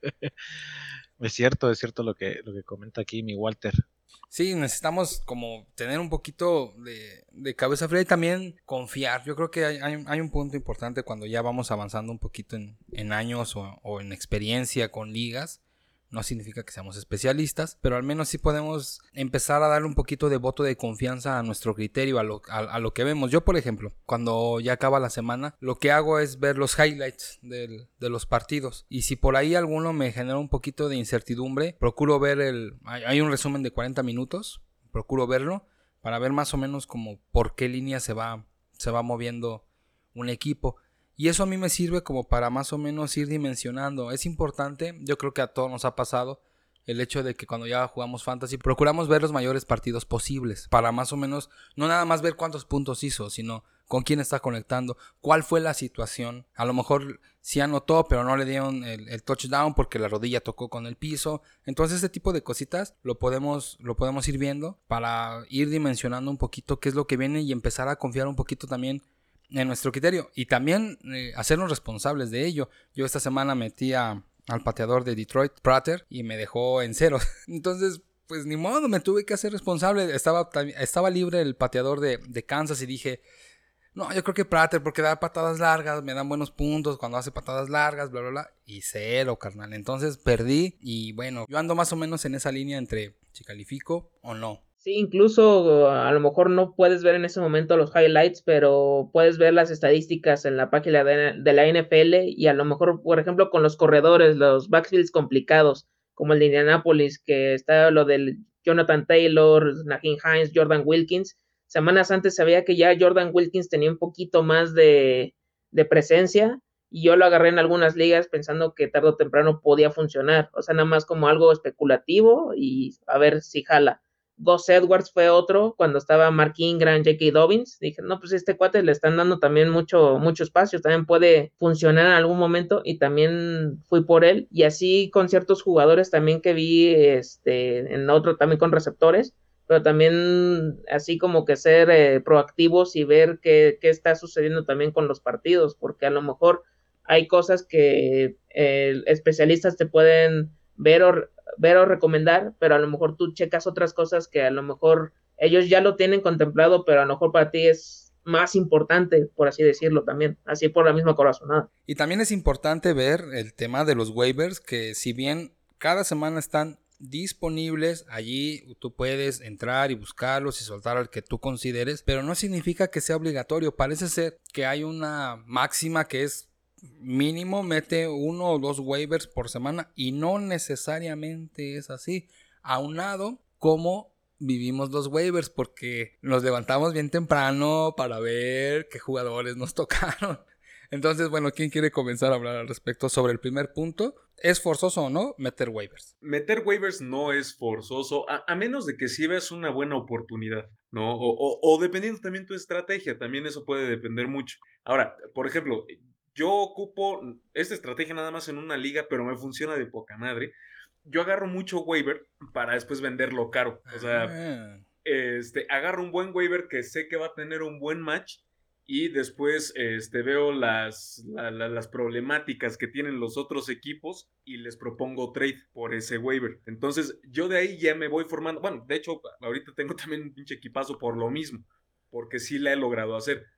Es cierto, es cierto lo que, lo que comenta aquí mi Walter. Sí, necesitamos como tener un poquito de, de cabeza fría y también confiar. Yo creo que hay, hay, hay un punto importante cuando ya vamos avanzando un poquito en, en años o, o en experiencia con ligas. No significa que seamos especialistas, pero al menos sí podemos empezar a darle un poquito de voto de confianza a nuestro criterio, a lo, a, a lo que vemos. Yo, por ejemplo, cuando ya acaba la semana, lo que hago es ver los highlights del, de los partidos. Y si por ahí alguno me genera un poquito de incertidumbre, procuro ver el... Hay, hay un resumen de cuarenta minutos, procuro verlo para ver más o menos como por qué línea se va, se va moviendo un equipo. Y eso a mí me sirve como para más o menos ir dimensionando. Es importante, yo creo que a todos nos ha pasado el hecho de que cuando ya jugamos fantasy procuramos ver los mayores partidos posibles para más o menos, no nada más ver cuántos puntos hizo, sino con quién está conectando, cuál fue la situación. A lo mejor sí anotó, pero no le dieron el, el touchdown porque la rodilla tocó con el piso. Entonces ese tipo de cositas lo podemos, lo podemos ir viendo para ir dimensionando un poquito qué es lo que viene y empezar a confiar un poquito también en nuestro criterio y también eh, hacernos responsables de ello. Yo esta semana metí a, al pateador de Detroit, Prater, y me dejó en cero. Entonces, pues ni modo, me tuve que hacer responsable. Estaba, estaba libre el pateador de, de Kansas y dije, no, yo creo que Prater, porque da patadas largas, me dan buenos puntos cuando hace patadas largas, bla, bla, bla. Y cero, carnal. Entonces perdí y bueno, yo ando más o menos en esa línea entre si califico o no. Sí, incluso a lo mejor no puedes ver en ese momento los highlights, pero puedes ver las estadísticas en la página de, de la N F L y a lo mejor, por ejemplo, con los corredores, los backfields complicados, como el de Indianapolis, que está lo del Jonathan Taylor, Nyheim Hines, Jordan Wilkins. Semanas antes sabía que ya Jordan Wilkins tenía un poquito más de, de presencia y yo lo agarré en algunas ligas pensando que tarde o temprano podía funcionar. O sea, nada más como algo especulativo y a ver si jala. Gus Edwards fue otro cuando estaba Mark Ingram, J K. Dobbins. Dije, no, pues este cuate le están dando también mucho, mucho espacio, también puede funcionar en algún momento y también fui por él. Y así con ciertos jugadores también que vi este, en otro, también con receptores, pero también así como que ser eh, proactivos y ver qué, qué está sucediendo también con los partidos, porque a lo mejor hay cosas que eh, especialistas te pueden ver o ver o recomendar, pero a lo mejor tú checas otras cosas que a lo mejor ellos ya lo tienen contemplado, pero a lo mejor para ti es más importante, por así decirlo también, así por la misma corazonada. Y también es importante ver el tema de los waivers, que si bien cada semana están disponibles, allí tú puedes entrar y buscarlos y soltar al que tú consideres, pero no significa que sea obligatorio. Parece ser que hay una máxima que es mínimo mete uno o dos waivers por semana y no necesariamente es así, aunado como vivimos los waivers porque nos levantamos bien temprano para ver qué jugadores nos tocaron. Entonces, bueno, ¿quién quiere comenzar a hablar al respecto sobre el primer punto? ¿Es forzoso o no meter waivers? Meter waivers no es forzoso, a, a menos de que sí veas una buena oportunidad, ¿no? O, o, o dependiendo también tu estrategia, también eso puede depender mucho. Ahora, por ejemplo, yo ocupo esta estrategia nada más en una liga, pero me funciona de poca madre. Yo agarro mucho waiver para después venderlo caro. O sea, ah. este, agarro un buen waiver que sé que va a tener un buen match y después este, veo las, la, la, las problemáticas que tienen los otros equipos y les propongo trade por ese waiver. Entonces, yo de ahí ya me voy formando. Bueno, de hecho, ahorita tengo también un pinche equipazo por lo mismo, porque sí la he logrado hacer.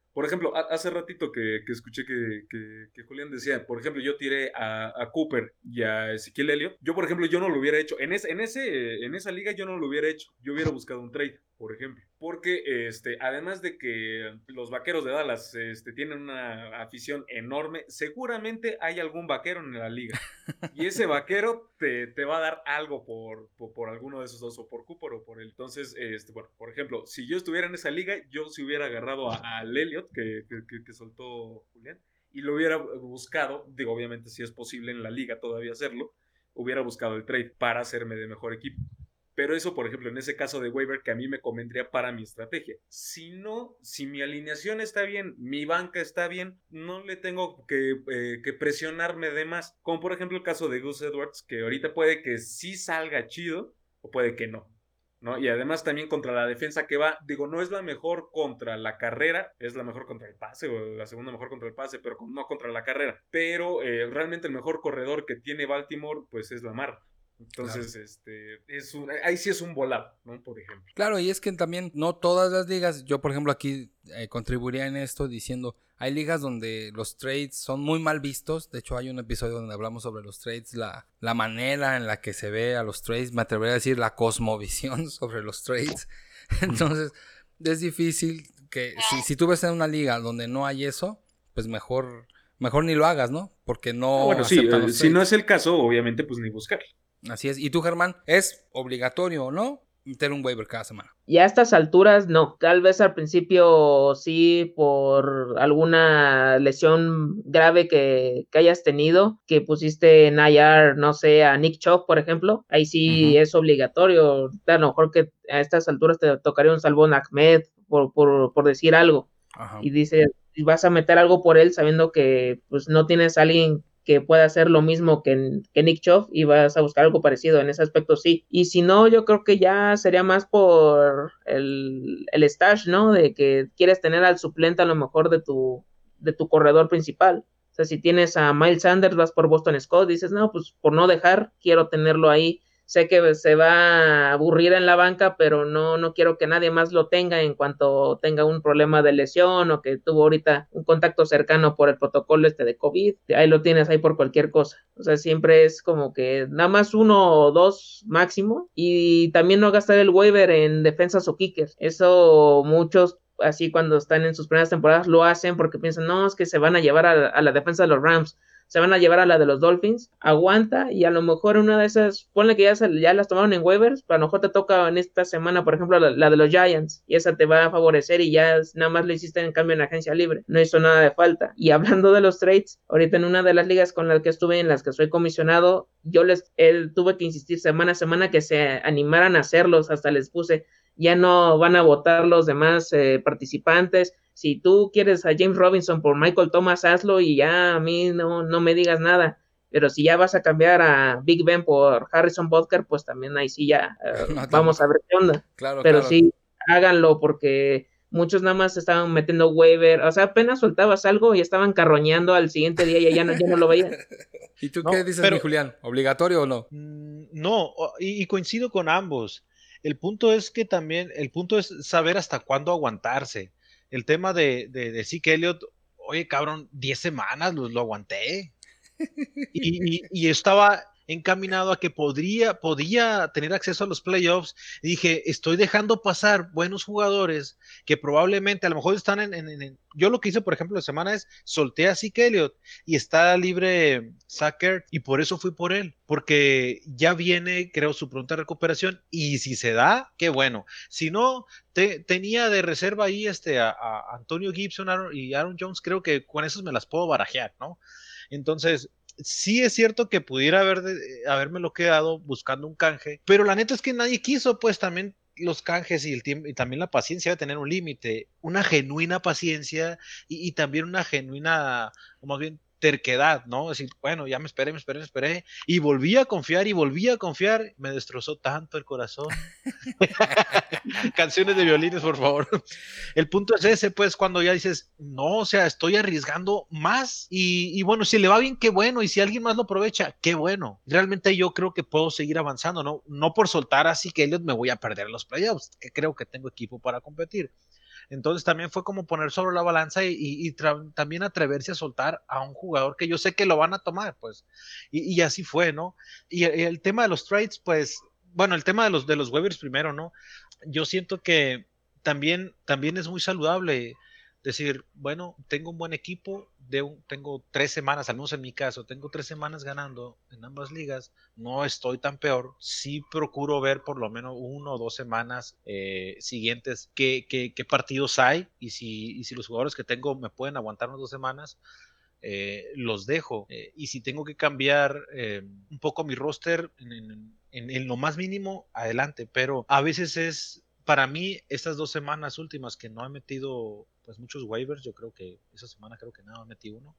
Por ejemplo, a, hace ratito que, que escuché que, que, que Julián decía, por ejemplo, yo tiré a, a Cooper y a Ezequiel Elliott. Yo, por ejemplo, yo no lo hubiera hecho. En, ese, en, ese, en esa liga yo no lo hubiera hecho. Yo hubiera buscado un trade, por ejemplo. Porque, este, además de que los vaqueros de Dallas este, tienen una afición enorme, seguramente hay algún vaquero en la liga. Y ese vaquero te, te va a dar algo por, por, por alguno de esos dos, o por Cooper o por él. Entonces, este, bueno, por ejemplo, si yo estuviera en esa liga, yo sí hubiera agarrado a, a Elliott, que, que, que soltó Julián, y lo hubiera buscado, digo, obviamente si es posible en la liga todavía hacerlo, hubiera buscado el trade para hacerme de mejor equipo. Pero eso, por ejemplo, en ese caso de waiver que a mí me convendría para mi estrategia. Si no, si mi alineación está bien, mi banca está bien, no le tengo que, eh, que presionarme de más. Como por ejemplo el caso de Gus Edwards, que ahorita puede que sí salga chido o puede que no. ¿No? Y además también contra la defensa que va, digo, no es la mejor contra la carrera, es la mejor contra el pase, o la segunda mejor contra el pase, pero no contra la carrera. Pero eh, realmente el mejor corredor que tiene Baltimore, pues es Lamar. Entonces, claro. este, es un, ahí sí es un volado, ¿no? Por ejemplo. Claro, y es que también no todas las ligas, yo por ejemplo aquí eh, contribuiría en esto diciendo, hay ligas donde los trades son muy mal vistos, de hecho hay un episodio donde hablamos sobre los trades, la, la manera en la que se ve a los trades, me atrevería a decir la cosmovisión sobre los trades, entonces es difícil que, si, si tú ves en una liga donde no hay eso, pues mejor, mejor ni lo hagas, ¿no? Porque no... Ah, bueno, sí, eh, si no es el caso, obviamente pues ni buscar. Así es. ¿Y tú, Germán, es obligatorio o no meter un waiver cada semana? Ya a estas alturas, no. Tal vez al principio sí, por alguna lesión grave que, que hayas tenido, que pusiste en I R, no sé, a Nick Chubb, por ejemplo. Ahí sí uh-huh. es obligatorio. A lo mejor que a estas alturas te tocaría un Salvón Ahmed, por, por, por decir algo. Uh-huh. Y dices, vas a meter algo por él sabiendo que pues no tienes a alguien que pueda hacer lo mismo que, que Nick Chubb y vas a buscar algo parecido en ese aspecto, sí. Y si no, yo creo que ya sería más por el, el stash, ¿no? De que quieres tener al suplente a lo mejor de tu, de tu corredor principal. O sea, si tienes a Miles Sanders, vas por Boston Scott, dices, no, pues por no dejar, quiero tenerlo ahí. Sé que se va a aburrir en la banca, pero no, no quiero que nadie más lo tenga en cuanto tenga un problema de lesión o que tuvo ahorita un contacto cercano por el protocolo este de COVID. Ahí lo tienes ahí por cualquier cosa. O sea, siempre es como que nada más uno o dos máximo. Y también no gastar el waiver en defensas o kickers. Eso muchos, así cuando están en sus primeras temporadas, lo hacen porque piensan, no, es que se van a llevar a, a la defensa de los Rams. Se van a llevar a la de los Dolphins, aguanta y a lo mejor una de esas, ponle que ya, se, ya las tomaron en waivers, pero a lo mejor te toca en esta semana, por ejemplo, la, la de los Giants, y esa te va a favorecer y ya nada más lo hiciste en cambio en agencia libre, no hizo nada de falta. Y hablando de los trades, ahorita en una de las ligas con las que estuve, en las que soy comisionado, yo les él, tuve que insistir semana a semana que se animaran a hacerlos, hasta les puse, ya no van a votar los demás eh, participantes. Si tú quieres a James Robinson por Michael Thomas, hazlo y ya a mí no, no me digas nada. Pero si ya vas a cambiar a Big Ben por Harrison Butker, pues también ahí sí ya uh, no, vamos a ver qué onda. Claro, Pero claro. sí, háganlo porque muchos nada más estaban metiendo waiver. O sea, apenas soltabas algo y estaban carroñando al siguiente día y ya no, ya no lo veían. ¿Y tú no, qué dices, pero, mi Julián? ¿Obligatorio o no? No, y, y coincido con ambos. El punto es que también, el punto es saber hasta cuándo aguantarse. El tema de, de, de Zeke Elliott, oye, cabrón, diez semanas lo, lo aguanté. Y, y, y estaba encaminado a que podría, podía tener acceso a los playoffs. Y dije, estoy dejando pasar buenos jugadores que probablemente a lo mejor están en... en, en yo lo que hice, por ejemplo, la semana es solté a Zeke Elliott y está libre Zach Ertz y por eso fui por él. Porque ya viene, creo, su pronta recuperación y si se da, qué bueno. Si no, te, tenía de reserva ahí este, a, a Antonio Gibson Aaron, y Aaron Jones, creo que con esos me las puedo barajear, ¿no? Entonces... sí es cierto que pudiera haber de, habérmelo quedado buscando un canje, pero la neta es que nadie quiso, pues también los canjes y el tiempo y también la paciencia debe tener un límite, una genuina paciencia y, y también una genuina, o más bien terquedad, ¿no? Es decir, bueno, ya me esperé, me esperé, me esperé y volví a confiar y volví a confiar, me destrozó tanto el corazón. Canciones de violines, por favor. El punto es ese, pues, cuando ya dices, no, o sea, estoy arriesgando más y, y bueno, si le va bien, qué bueno, y si alguien más lo aprovecha, qué bueno. Realmente yo creo que puedo seguir avanzando, ¿no? No por soltar así que Elliot me voy a perder los playoffs, que creo que tengo equipo para competir. Entonces también fue como poner sobre la balanza y, y, y tra- también atreverse a soltar a un jugador que yo sé que lo van a tomar, pues. Y, y así fue, ¿no? Y el, el tema de los trades, pues, bueno, el tema de los, de los waivers primero, ¿no? Yo siento que también, también es muy saludable decir, bueno, tengo un buen equipo, de un, tengo tres semanas, al menos en mi caso, tengo tres semanas ganando en ambas ligas, no estoy tan peor, sí procuro ver por lo menos uno o dos semanas eh, siguientes qué, qué, qué partidos hay y si, y si los jugadores que tengo me pueden aguantar unas dos semanas, eh, los dejo. Eh, y si tengo que cambiar eh, un poco mi roster en, en, en, en lo más mínimo, adelante, pero a veces es para mí, estas dos semanas últimas que no he metido pues muchos waivers, yo creo que esa semana creo que nada, metí uno.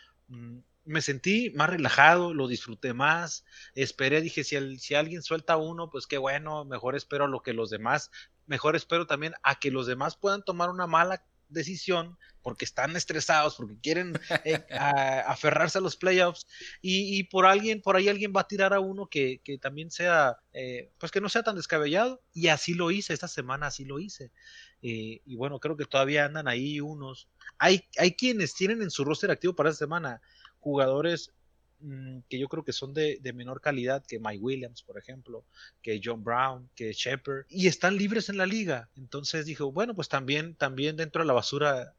Mm, me sentí más relajado, lo disfruté más, esperé, dije, si, el, si alguien suelta uno, pues qué bueno, mejor espero a lo que los demás, mejor espero también a que los demás puedan tomar una mala decisión porque están estresados, porque quieren eh, a, aferrarse a los playoffs y, y, por alguien, por ahí alguien va a tirar a uno que, que también sea, eh, pues que no sea tan descabellado y así lo hice, esta semana así lo hice eh, y bueno, creo que todavía andan ahí unos, hay, hay quienes tienen en su roster activo para esta semana jugadores mmm, que yo creo que son de, de menor calidad que Mike Williams, por ejemplo, que John Brown, que Shepard, y están libres en la liga. Entonces dijo, bueno, pues también, también dentro de la basura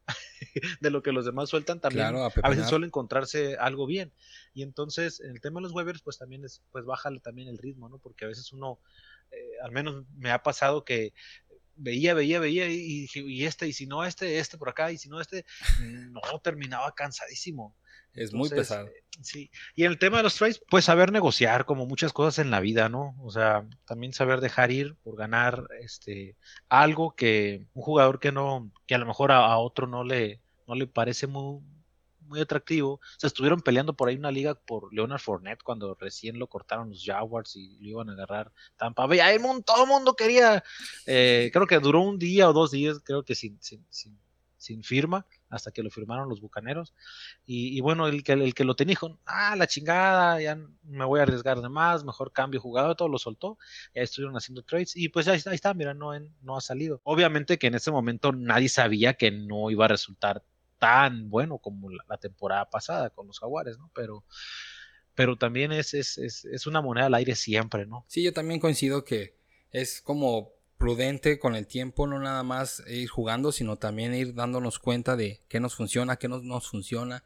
de lo que los demás sueltan, también Claro, a a veces pepenar. suele encontrarse algo bien. Y entonces, en el tema de los waivers, pues también es, pues bájale también el ritmo, ¿no? Porque a veces uno, eh, al menos me ha pasado que veía, veía, veía y dije, y este, y si no este, este por acá, y si no este, no, terminaba cansadísimo. Es muy Entonces, pesado. eh, sí. Y en el tema de los trades, pues saber negociar, como muchas cosas en la vida, ¿no? O sea, también saber dejar ir por ganar este algo que un jugador que no, que a lo mejor a, a otro no le, no le parece muy, muy atractivo. O sea, estuvieron peleando por ahí una liga por Leonard Fournette cuando recién lo cortaron los Jaguars y lo iban a agarrar Tampa Bay. Ahí el mundo, todo el mundo quería, eh, creo que duró un día o dos días, creo que sin, sin, sin, sin firma, hasta que lo firmaron los Bucaneros. Y, y bueno, el que, el que lo tenía dijo, ah, la chingada, ya me voy a arriesgar de más, mejor cambio jugador, todo lo soltó, ya estuvieron haciendo trades y pues ahí, ahí está, mira, no, no ha salido. Obviamente que en ese momento nadie sabía que no iba a resultar tan bueno como la, la temporada pasada con los Jaguares, ¿no? Pero, pero también es, es, es, es una moneda al aire siempre, ¿no? Sí, yo también coincido que es como prudente con el tiempo, no nada más ir jugando, sino también ir dándonos cuenta de qué nos funciona, qué no nos funciona.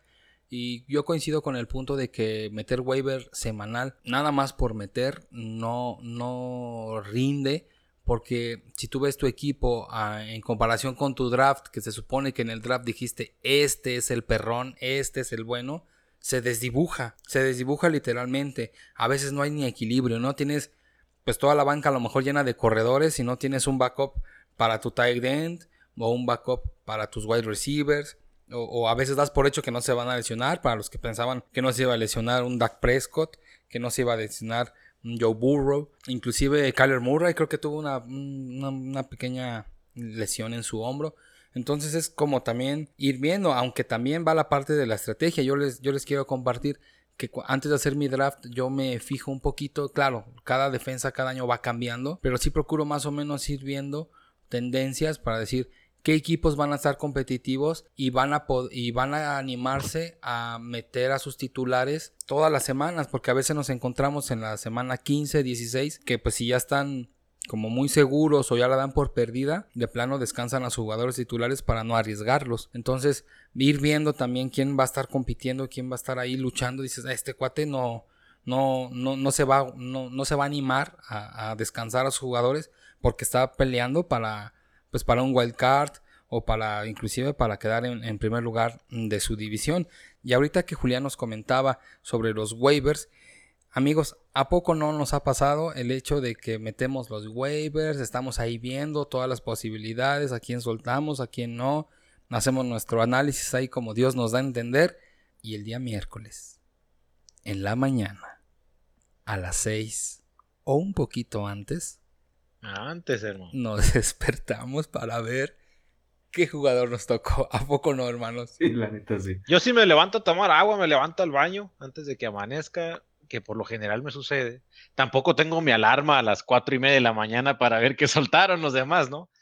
Y yo coincido con el punto de que meter waiver semanal, nada más por meter, no, no rinde. Porque si tú ves tu equipo uh, en comparación con tu draft, que se supone que en el draft dijiste, este es el perrón, este es el bueno, se desdibuja, se desdibuja literalmente. A veces no hay ni equilibrio, ¿no? Tienes pues toda la banca a lo mejor llena de corredores y no tienes un backup para tu tight end o un backup para tus wide receivers. O, o a veces das por hecho que no se van a lesionar, para los que pensaban que no se iba a lesionar un Dak Prescott, que no se iba a lesionar un Joe Burrow, inclusive Kyler Murray creo que tuvo una, una, una pequeña lesión en su hombro. Entonces es como también ir viendo, aunque también va la parte de la estrategia. Yo les, yo les quiero compartir que antes de hacer mi draft yo me fijo un poquito, claro, cada defensa cada año va cambiando, pero sí procuro más o menos ir viendo tendencias para decir qué equipos van a estar competitivos y van a pod- y van a animarse a meter a sus titulares todas las semanas, porque a veces nos encontramos en la semana quince, dieciséis, que pues si ya están como muy seguros o ya la dan por perdida, de plano descansan a sus jugadores titulares para no arriesgarlos. Entonces ir viendo también quién va a estar compitiendo, quién va a estar ahí luchando. Dices, este cuate no, no, no, no se va, no, no se va a animar a, a descansar a sus jugadores porque está peleando para pues para un wild card o para inclusive para quedar en, en primer lugar de su división. Y ahorita que Julián nos comentaba sobre los waivers, amigos, ¿a poco no nos ha pasado el hecho de que metemos los waivers, estamos ahí viendo todas las posibilidades, a quién soltamos, a quién no, hacemos nuestro análisis ahí como Dios nos da a entender, y el día miércoles, en la mañana, a las seis o un poquito antes, Antes, hermano. nos despertamos para ver qué jugador nos tocó? ¿A poco no, hermanos? Sí, la neta sí. Yo sí me levanto a tomar agua, me levanto al baño antes de que amanezca, que por lo general me sucede. Tampoco tengo mi alarma a las cuatro y media de la mañana para ver qué soltaron los demás, ¿no?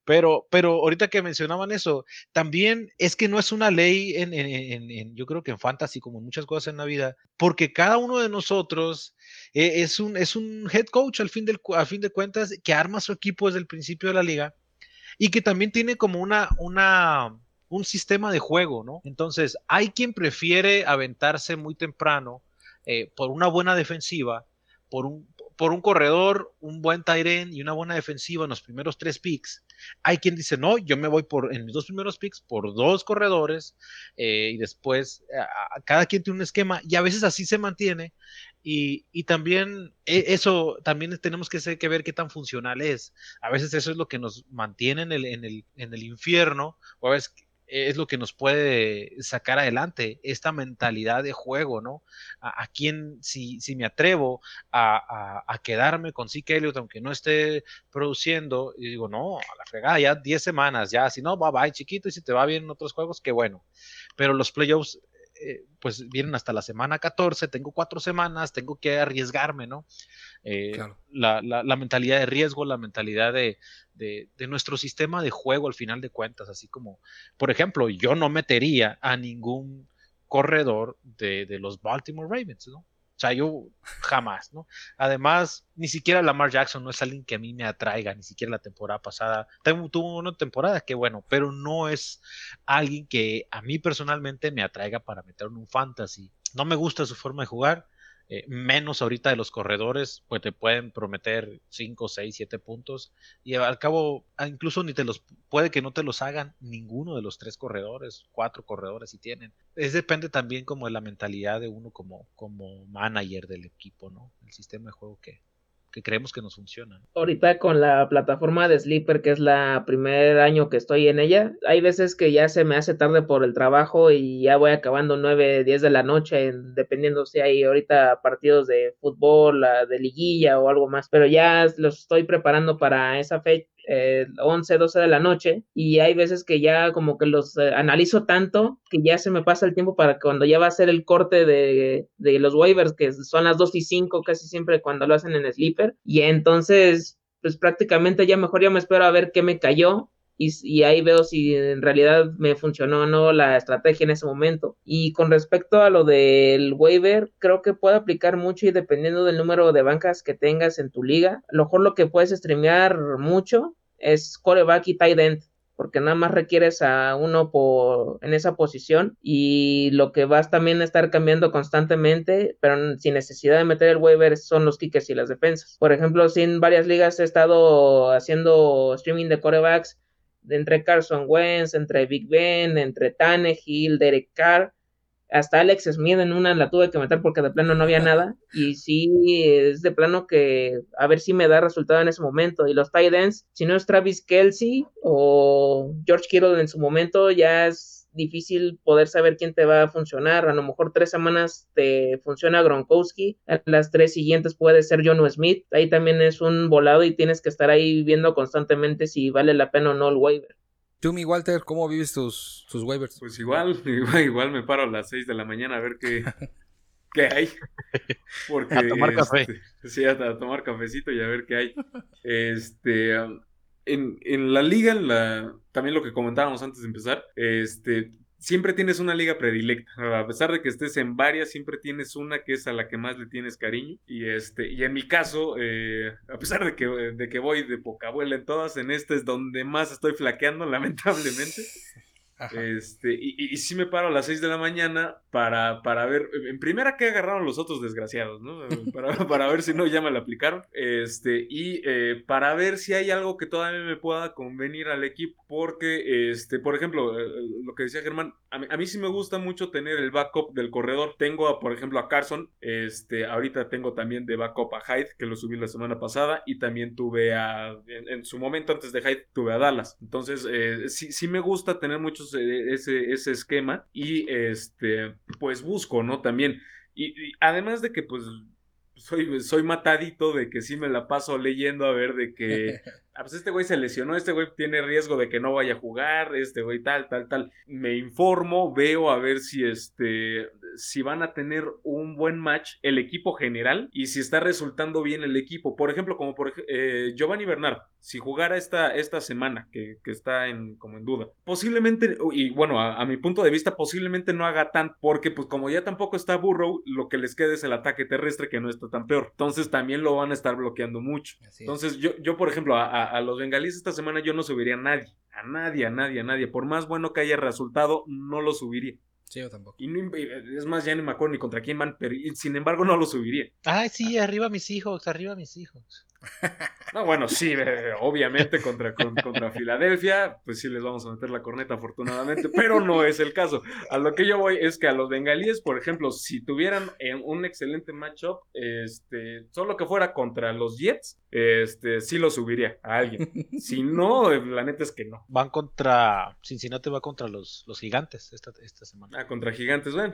Pero, pero ahorita que mencionaban eso, también es que no es una ley en, en, en, en yo creo que en fantasy, como en muchas cosas en la vida, porque cada uno de nosotros eh, es, un, es un head coach al fin, del, al fin de cuentas que arma su equipo desde el principio de la liga y que también tiene como una, una, un sistema de juego, ¿no? Entonces, hay quien prefiere aventarse muy temprano eh, por una buena defensiva, por un, por un corredor, un buen tight end y una buena defensiva en los primeros tres picks. Hay quien dice, no, yo me voy por en mis dos primeros picks por dos corredores eh, y después a, a, cada quien tiene un esquema y a veces así se mantiene y, y también eh, eso también tenemos que, ser, que ver qué tan funcional es. A veces eso es lo que nos mantiene en el, en el, en el infierno o a veces es lo que nos puede sacar adelante, esta mentalidad de juego, ¿no? A, a quién, si, si me atrevo a, a, a quedarme con Zeke Elliott, aunque no esté produciendo, y digo, no, a la fregada, ya diez semanas, ya, si no, bye bye, chiquito, y si te va bien en otros juegos, qué bueno. Pero los playoffs, eh, pues vienen hasta la semana catorce, tengo cuatro semanas, tengo que arriesgarme, ¿no? Eh, claro. la, la, la mentalidad de riesgo, la mentalidad de, de, de nuestro sistema de juego al final de cuentas, así como, por ejemplo, yo no metería a ningún corredor de, de los Baltimore Ravens, ¿no? O sea, yo jamás, ¿no? Además, ni siquiera Lamar Jackson no es alguien que a mí me atraiga, ni siquiera la temporada pasada. Tuvo una temporada que bueno, pero no es alguien que a mí personalmente me atraiga para meter en un fantasy. No me gusta su forma de jugar. Eh, menos ahorita de los corredores, pues te pueden prometer cinco, seis, siete puntos y al cabo incluso ni te los, puede que no te los hagan ninguno de los tres corredores, cuatro corredores si tienen. Es depende también como de la mentalidad de uno como, como manager del equipo, ¿no? El sistema de juego que, que creemos que nos funciona. Ahorita con la plataforma de Sleeper, que es la primer año que estoy en ella, hay veces que ya se me hace tarde por el trabajo y ya voy acabando nueve, diez de la noche, dependiendo si hay ahorita partidos de fútbol, de liguilla o algo más, pero ya los estoy preparando para esa fecha. Eh, once, doce de la noche y hay veces que ya como que los eh, analizo tanto que ya se me pasa el tiempo para cuando ya va a ser el corte de, de los waivers, que son las dos y cinco casi siempre cuando lo hacen en Sleeper, y entonces pues prácticamente ya mejor ya me espero a ver qué me cayó y, y ahí veo si en realidad me funcionó o no la estrategia en ese momento. Y con respecto a lo del waiver, creo que puede aplicar mucho y dependiendo del número de bancas que tengas en tu liga, a lo mejor lo que puedes streamear mucho es quarterback y tight end, porque nada más requieres a uno por, en esa posición y lo que vas también a estar cambiando constantemente, pero sin necesidad de meter el waiver, son los kickers y las defensas. Por ejemplo, si en varias ligas he estado haciendo streaming de quarterbacks entre Carson Wentz, entre Big Ben, entre Tannehill, Derek Carr, hasta Alex Smith en una la tuve que meter porque de plano no había nada y sí es de plano que a ver si me da resultado en ese momento. Y los tight ends, si no es Travis Kelce o George Kittle en su momento, ya es difícil poder saber quién te va a funcionar. A lo mejor tres semanas te funciona Gronkowski, las tres siguientes puede ser Jonnu Smith, ahí también es un volado y tienes que estar ahí viendo constantemente si vale la pena o no el waiver. Tú, mi Walter, ¿cómo vives tus, tus waivers? Pues igual, igual, igual me paro a las seis de la mañana a ver qué, qué hay. Porque, a tomar café. Este, sí, a, a tomar cafecito y a ver qué hay. Este, en, en la liga, en la, también lo que comentábamos antes de empezar, este, siempre tienes una liga predilecta. A pesar de que estés en varias, siempre tienes una que es a la que más le tienes cariño. Y este, y en mi caso, eh, a pesar de que, de que voy de poca abuela en todas, en esta es donde más estoy flaqueando, lamentablemente. Este, y, y, y sí me paro a las seis de la mañana para, para ver, en primera que agarraron los otros desgraciados, ¿no? Para, para ver si no ya me la aplicaron. Este, y eh, para ver si hay algo que todavía me pueda convenir al equipo. Porque, este, por ejemplo, eh, lo que decía Germán, a mí, a mí sí me gusta mucho tener el backup del corredor. Tengo, a, por ejemplo, a Carson. Este, ahorita tengo también de backup a Hyde, que lo subí la semana pasada. Y también tuve a, en, en su momento antes de Hyde, tuve a Dallas. Entonces, eh, sí, sí me gusta tener muchos Ese, ese esquema y este pues busco, ¿no? También y, y además de que pues soy, soy matadito de que sí me la paso leyendo a ver de que ah, pues este güey se lesionó, este güey tiene riesgo de que no vaya a jugar, este güey tal, tal, tal, me informo, veo a ver si este si van a tener un buen match el equipo general y si está resultando bien el equipo. Por ejemplo, como por eh, Giovanni Bernard, si jugara esta, esta semana, que, que está en, como en duda, posiblemente, y bueno, a, a mi punto de vista, posiblemente no haga tan, porque pues como ya tampoco está Burrow, lo que les queda es el ataque terrestre, que no está tan peor. Entonces también lo van a estar bloqueando mucho. Entonces yo, yo por ejemplo, a, a, a los bengalíes esta semana yo no subiría a nadie, a nadie, a nadie, a nadie. Por más bueno que haya resultado, no lo subiría. Sí, yo tampoco. Y no, es más, ya ni me acuerdo ni contra quién van, pero sin embargo no lo subiría. Ay, sí, arriba mis hijos, arriba mis hijos. No, bueno, sí, eh, obviamente contra, con, contra Filadelfia, pues sí les vamos a meter la corneta afortunadamente, pero no es el caso. A lo que yo voy es que a los bengalíes, por ejemplo, si tuvieran un excelente matchup, este, solo que fuera contra los Jets, este, sí lo subiría a alguien. Si no, la neta es que no. Van contra, Cincinnati va contra los, los gigantes esta, esta semana. Ah, contra gigantes, bueno,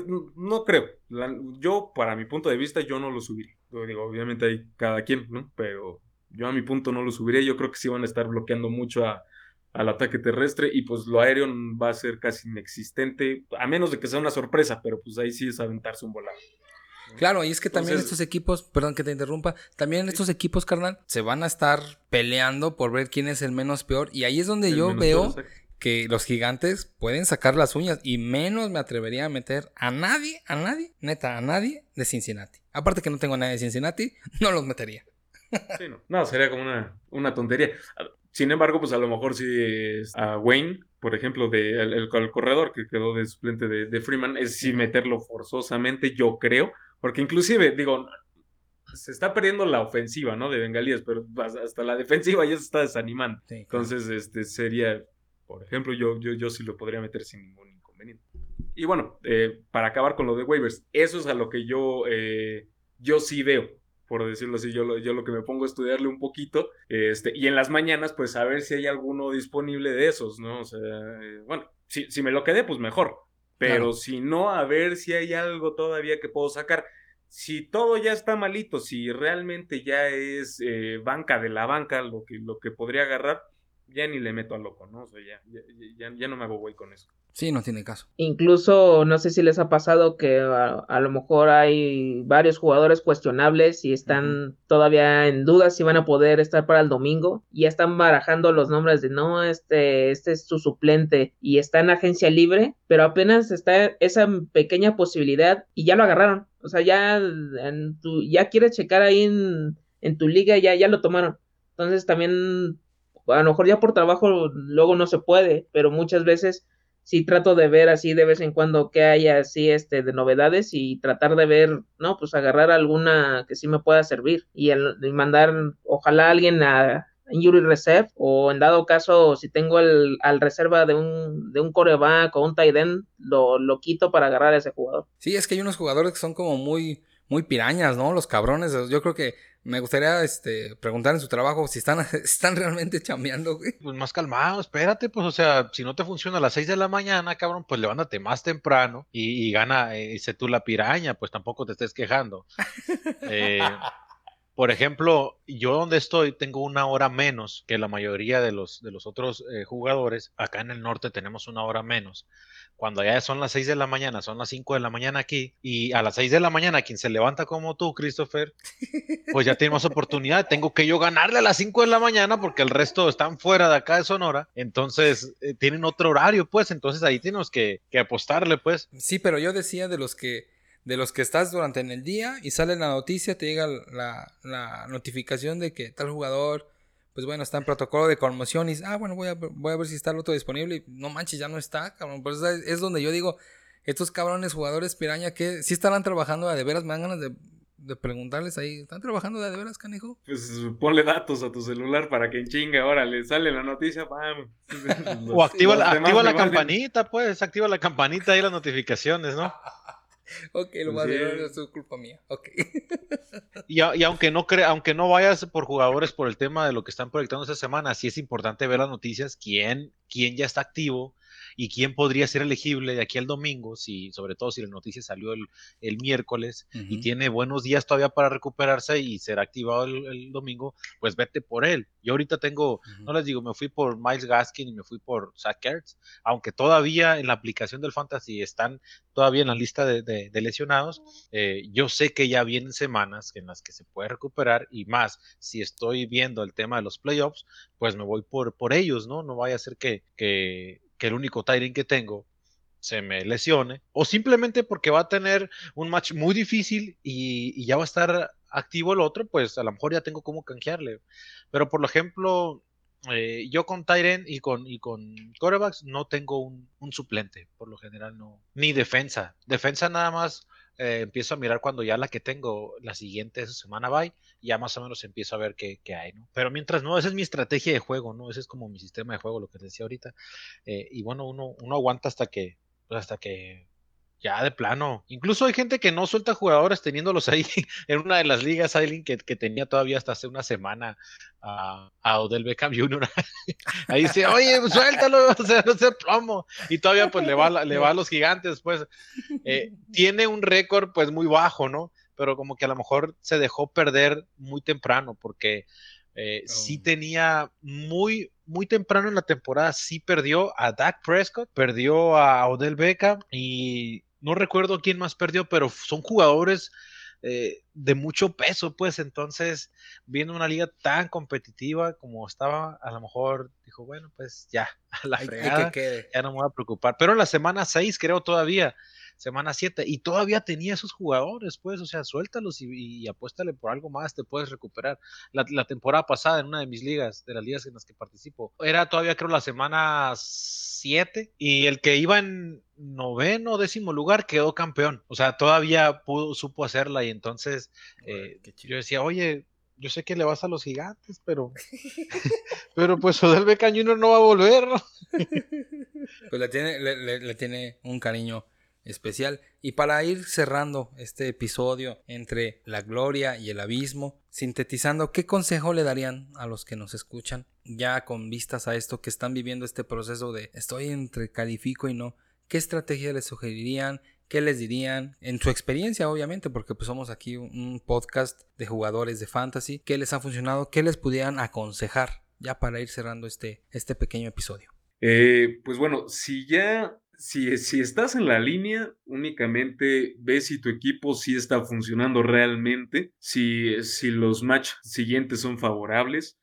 no creo. La, yo, para mi punto de vista, yo no lo subiría. Yo digo, obviamente hay cada quien, ¿no? Pero yo a mi punto no lo subiría. Yo creo que sí van a estar bloqueando mucho a, al ataque terrestre y pues lo aéreo va a ser casi inexistente, a menos de que sea una sorpresa, pero pues ahí sí es aventarse un volado. Claro, y es que también Entonces, estos equipos, perdón que te interrumpa, también estos equipos, carnal, se van a estar peleando por ver quién es el menos peor. Y ahí es donde el yo menos veo peor, que los gigantes pueden sacar las uñas. Y menos me atrevería a meter a nadie, a nadie, neta, a nadie de Cincinnati. Aparte que no tengo a nadie de Cincinnati, no los metería. Sí, no. no, sería como una, una tontería. Sin embargo, pues a lo mejor sí es a Wayne, por ejemplo, de, el, el, el corredor que quedó de suplente de, de Freeman, es sí meterlo forzosamente, yo creo. Porque inclusive, digo, se está perdiendo la ofensiva, ¿no? De bengalíes, pero hasta la defensiva ya se está desanimando. Sí, claro. Entonces, este sería, por ejemplo, yo, yo, yo sí lo podría meter sin ningún inconveniente. Y bueno, eh, para acabar con lo de waivers, eso es a lo que yo, eh, yo sí veo, por decirlo así, yo lo, yo lo que me pongo a estudiarle un poquito, este, y en las mañanas, pues a ver si hay alguno disponible de esos, ¿no? O sea, eh, bueno, si, si me lo quedé, pues mejor. Pero claro. Si no, a ver si hay algo todavía que puedo sacar. Si todo ya está malito, si realmente ya es eh, banca de la banca lo que, lo que podría agarrar, ya ni le meto al loco, ¿no? O sea, ya, ya, ya, ya no me hago güey con eso. Sí, no tiene caso. Incluso, no sé si les ha pasado que a, a lo mejor hay varios jugadores cuestionables y están uh-huh. todavía en duda si van a poder estar para el domingo. Y ya están barajando los nombres de, no, este, este es su suplente y está en agencia libre, pero apenas está esa pequeña posibilidad y ya lo agarraron. O sea, ya, en tu, ya quieres checar ahí en, en tu liga, ya, ya lo tomaron. Entonces también, a lo mejor ya por trabajo luego no se puede, pero muchas veces sí trato de ver así de vez en cuando que haya así este de novedades y tratar de ver, no, pues agarrar alguna que sí me pueda servir y, el, y mandar ojalá a alguien a injury reserve o en dado caso si tengo el al reserva de un de un coreback o un tight end, lo, lo quito para agarrar a ese jugador. Sí, es que hay unos jugadores que son como muy muy pirañas, ¿no? Los cabrones. Yo creo que me gustaría este, preguntar en su trabajo si están, están realmente chambeando, güey. Pues más calmado, espérate, pues, o sea, si no te funciona a las seis de la mañana, cabrón, pues levántate más temprano y, y gana, y eh, sé tú la piraña, pues tampoco te estés quejando. eh, por ejemplo, yo donde estoy tengo una hora menos que la mayoría de los, de los otros eh, jugadores. Acá en el norte tenemos una hora menos. Cuando allá son las seis de la mañana, son las cinco de la mañana aquí, y a las seis de la mañana quien se levanta como tú, Christopher, pues ya tiene más oportunidad. Tengo que yo ganarle a las cinco de la mañana porque el resto están fuera de acá de Sonora, entonces eh, tienen otro horario, pues, entonces ahí tenemos que, que apostarle, pues. Sí, pero yo decía de los que de los que estás durante en el día y sale la noticia, te llega la, la notificación de que tal jugador, pues bueno, está en protocolo de conmoción y dices, ah, bueno, voy a, voy a ver si está el otro disponible y no manches, ya no está, cabrón. Por eso es donde yo digo, estos cabrones jugadores piraña que sí estarán trabajando de veras, me dan ganas de, de preguntarles ahí, ¿están trabajando de veras, canijo? Pues ponle datos a tu celular para que en chinga, órale, sale la noticia, ¡pam! O activa, la, activa la campanita, pues, activa la campanita ahí las notificaciones, ¿no? Ok, lo más sí. de es culpa mía. Ok. Y, y aunque no cre aunque no vayas por jugadores por el tema de lo que están proyectando esta semana, sí es importante ver las noticias, quién, quién ya está activo y quién podría ser elegible de aquí al domingo, si, sobre todo si la noticia salió el, el miércoles uh-huh. y tiene buenos días todavía para recuperarse y será activado el, el domingo, pues vete por él. Yo ahorita tengo, uh-huh. no les digo, me fui por Myles Gaskin y me fui por Zach Ertz, aunque todavía en la aplicación del Fantasy están todavía en la lista de, de, de lesionados, eh, yo sé que ya vienen semanas en las que se puede recuperar y más, si estoy viendo el tema de los playoffs, pues me voy por, por ellos, ¿no? No vaya a ser que, que, que el único tight end que tengo se me lesione, o simplemente porque va a tener un match muy difícil y, y ya va a estar activo el otro, pues a lo mejor ya tengo cómo canjearle. Pero por ejemplo, eh, yo con tight end y con, y con quarterbacks no tengo un, un suplente, por lo general no, ni defensa. Defensa nada más eh, empiezo a mirar cuando ya la que tengo, la siguiente esa semana bye, y ya más o menos empiezo a ver qué, qué hay, ¿no? Pero mientras no, esa es mi estrategia de juego, ¿no? Ese es como mi sistema de juego, lo que les decía ahorita. Eh, y bueno, uno, uno aguanta hasta que, pues hasta que ya de plano. Incluso hay gente que no suelta jugadores teniéndolos ahí en una de las ligas, Aileen, que, que tenía todavía hasta hace una semana a, a Odell Beckham junior Ahí dice, oye, pues, suéltalo, o sea, no sé, plomo. Y todavía pues le va, le va a los gigantes, pues. Eh, tiene un récord pues muy bajo, ¿no? Pero como que a lo mejor se dejó perder muy temprano, porque eh, oh. sí tenía muy, muy temprano en la temporada, sí perdió a Dak Prescott, perdió a Odell Beckham y no recuerdo quién más perdió, pero son jugadores eh, de mucho peso, pues. Entonces, viendo una liga tan competitiva como estaba, a lo mejor dijo, bueno, pues ya, a la hay, fregada, hay que quede. Ya no me voy a preocupar. Pero en la semana seis, creo todavía, semana siete, y todavía tenía esos jugadores, pues, o sea, suéltalos y, y apuéstale por algo más, te puedes recuperar. La, la temporada pasada, en una de mis ligas, de las ligas en las que participo, era todavía, creo, la semana siete, y el que iba en noveno, décimo lugar, quedó campeón. O sea, todavía pudo, supo hacerla, y entonces eh, yo decía, oye, yo sé que le vas a los gigantes, pero pero pues Odell Beckham junior no va a volver, ¿no? Pues le tiene, le, le, le tiene un cariño especial. Y para ir cerrando este episodio entre la gloria y el abismo, sintetizando, ¿qué consejo le darían a los que nos escuchan ya con vistas a esto, que están viviendo este proceso de estoy entre califico y no? ¿Qué estrategia les sugerirían? ¿Qué les dirían? En su experiencia, obviamente, porque pues somos aquí un podcast de jugadores de fantasy. ¿Qué les ha funcionado? ¿Qué les pudieran aconsejar ya para ir cerrando este, este pequeño episodio? Eh, pues bueno, si ya... Si, si estás en la línea, únicamente ves si tu equipo sí está funcionando realmente, si, si los match siguientes son favorables,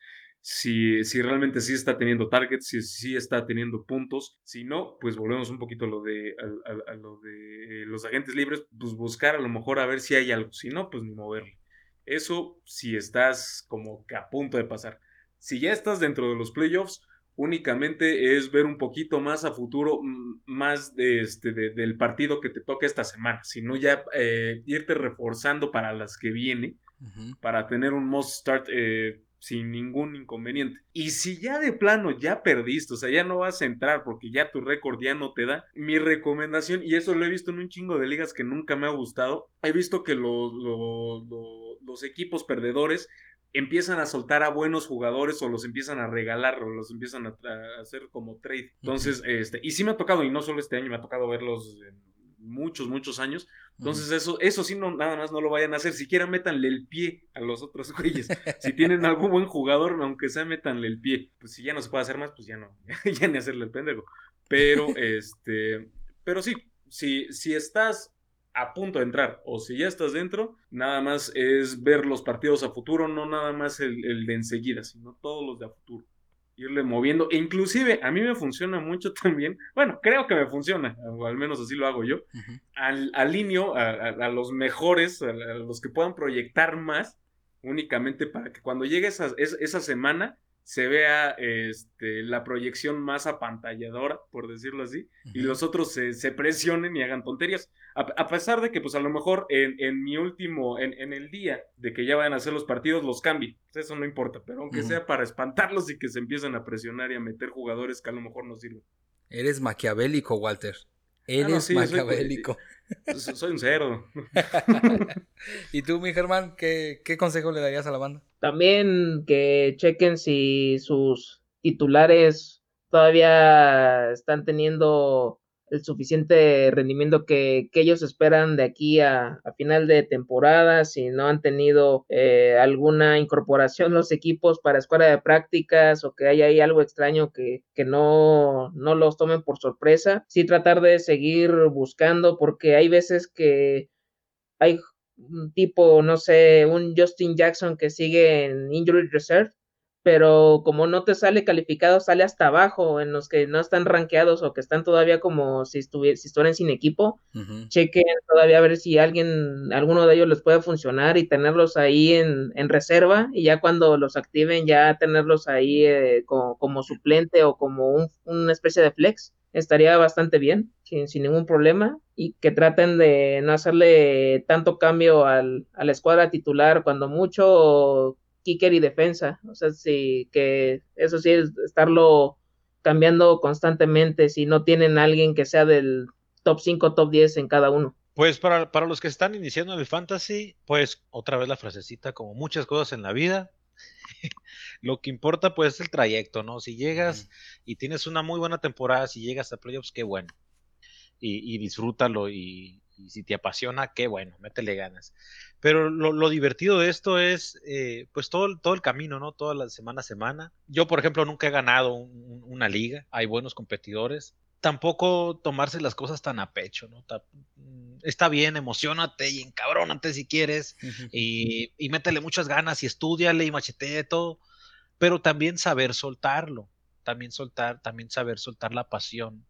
si, si realmente sí está teniendo targets, si sí está teniendo puntos. Si no, pues volvemos un poquito a lo de, a, a, a lo de los agentes libres, pues buscar a lo mejor a ver si hay algo. Si no, pues ni moverle. Eso si estás como que a punto de pasar. Si ya estás dentro de los playoffs, únicamente es ver un poquito más a futuro, más de este, de, del partido que te toca esta semana, sino ya eh, irte reforzando para las que viene, uh-huh. para tener un must start eh, sin ningún inconveniente. Y si ya de plano ya perdiste, o sea, ya no vas a entrar porque ya tu récord ya no te da, mi recomendación, y eso lo he visto en un chingo de ligas que nunca me ha gustado, he visto que los, los, los, los equipos perdedores empiezan a soltar a buenos jugadores o los empiezan a regalar o los empiezan a, a hacer como trade. Entonces, uh-huh. este, y sí me ha tocado, y no solo este año, me ha tocado verlos en muchos, muchos años. Entonces, uh-huh. eso, eso sí, no, nada más no lo vayan a hacer. Siquiera métanle el pie a los otros güeyes. Si tienen algún buen jugador, aunque sea, métanle el pie. Pues si ya no se puede hacer más, pues ya no, ya ni hacerle el pendejo. Pero, este, pero sí, si, si estás a punto de entrar, o si ya estás dentro, nada más es ver los partidos a futuro, no nada más el, el de enseguida, sino todos los de a futuro, irle moviendo, e inclusive a mí me funciona mucho también, bueno, creo que me funciona, o al menos así lo hago yo, uh-huh. al, alineo a, a, a los mejores, a, a los que puedan proyectar más, únicamente para que cuando llegue esa, esa semana se vea este, la proyección más apantalladora, por decirlo así, uh-huh. y los otros se, se presionen y hagan tonterías. A, a pesar de que, pues, a lo mejor en, en mi último, en, en el día de que ya vayan a hacer los partidos, los cambie. Pues eso no importa, pero aunque uh-huh. sea para espantarlos y que se empiecen a presionar y a meter jugadores que a lo mejor no sirven. Eres maquiavélico, Walter. Eres ah, no, sí, maquiavélico. Soy, soy un cerdo. ¿Y tú, mi Germán, qué, qué consejo le darías a la banda? También que chequen si sus titulares todavía están teniendo el suficiente rendimiento que, que ellos esperan de aquí a, a final de temporada, si no han tenido eh, alguna incorporación los equipos para escuela de prácticas o que haya ahí algo extraño que, que no, no los tomen por sorpresa, sí tratar de seguir buscando, porque hay veces que hay un tipo, no sé, un Justin Jackson que sigue en Injury Reserve, pero como no te sale calificado, sale hasta abajo en los que no están rankeados o que están todavía como si, estuvi- si estuvieran sin equipo. Ujú. Chequen todavía a ver si alguien, alguno de ellos les puede funcionar y tenerlos ahí en, en reserva, y ya cuando los activen ya tenerlos ahí eh, como, como suplente o como un, una especie de flex. Estaría bastante bien, sin, sin ningún problema, y que traten de no hacerle tanto cambio al, a la escuadra titular, cuando mucho kicker y defensa. O sea, sí, que eso sí es estarlo cambiando constantemente si no tienen alguien que sea del top cinco, top diez en cada uno. Pues para, para los que están iniciando en el fantasy, pues otra vez la frasecita, como muchas cosas en la vida, lo que importa pues es el trayecto, ¿no? Si llegas y tienes una muy buena temporada, si llegas a playoffs, qué bueno. Y, y disfrútalo y, y si te apasiona, qué bueno, métele ganas. Pero lo, lo divertido de esto es eh, pues todo, el- todo el camino, ¿no? Toda la semana a semana. Yo, por ejemplo, nunca he ganado un- un- una liga, hay buenos competidores. Tampoco tomarse las cosas tan a pecho, ¿no? Ta- mm, Está bien, emocionate y encabrónate si quieres y, y métele muchas ganas y estúdiale y machete todo, pero también saber soltarlo, también soltar, también saber soltar la pasión,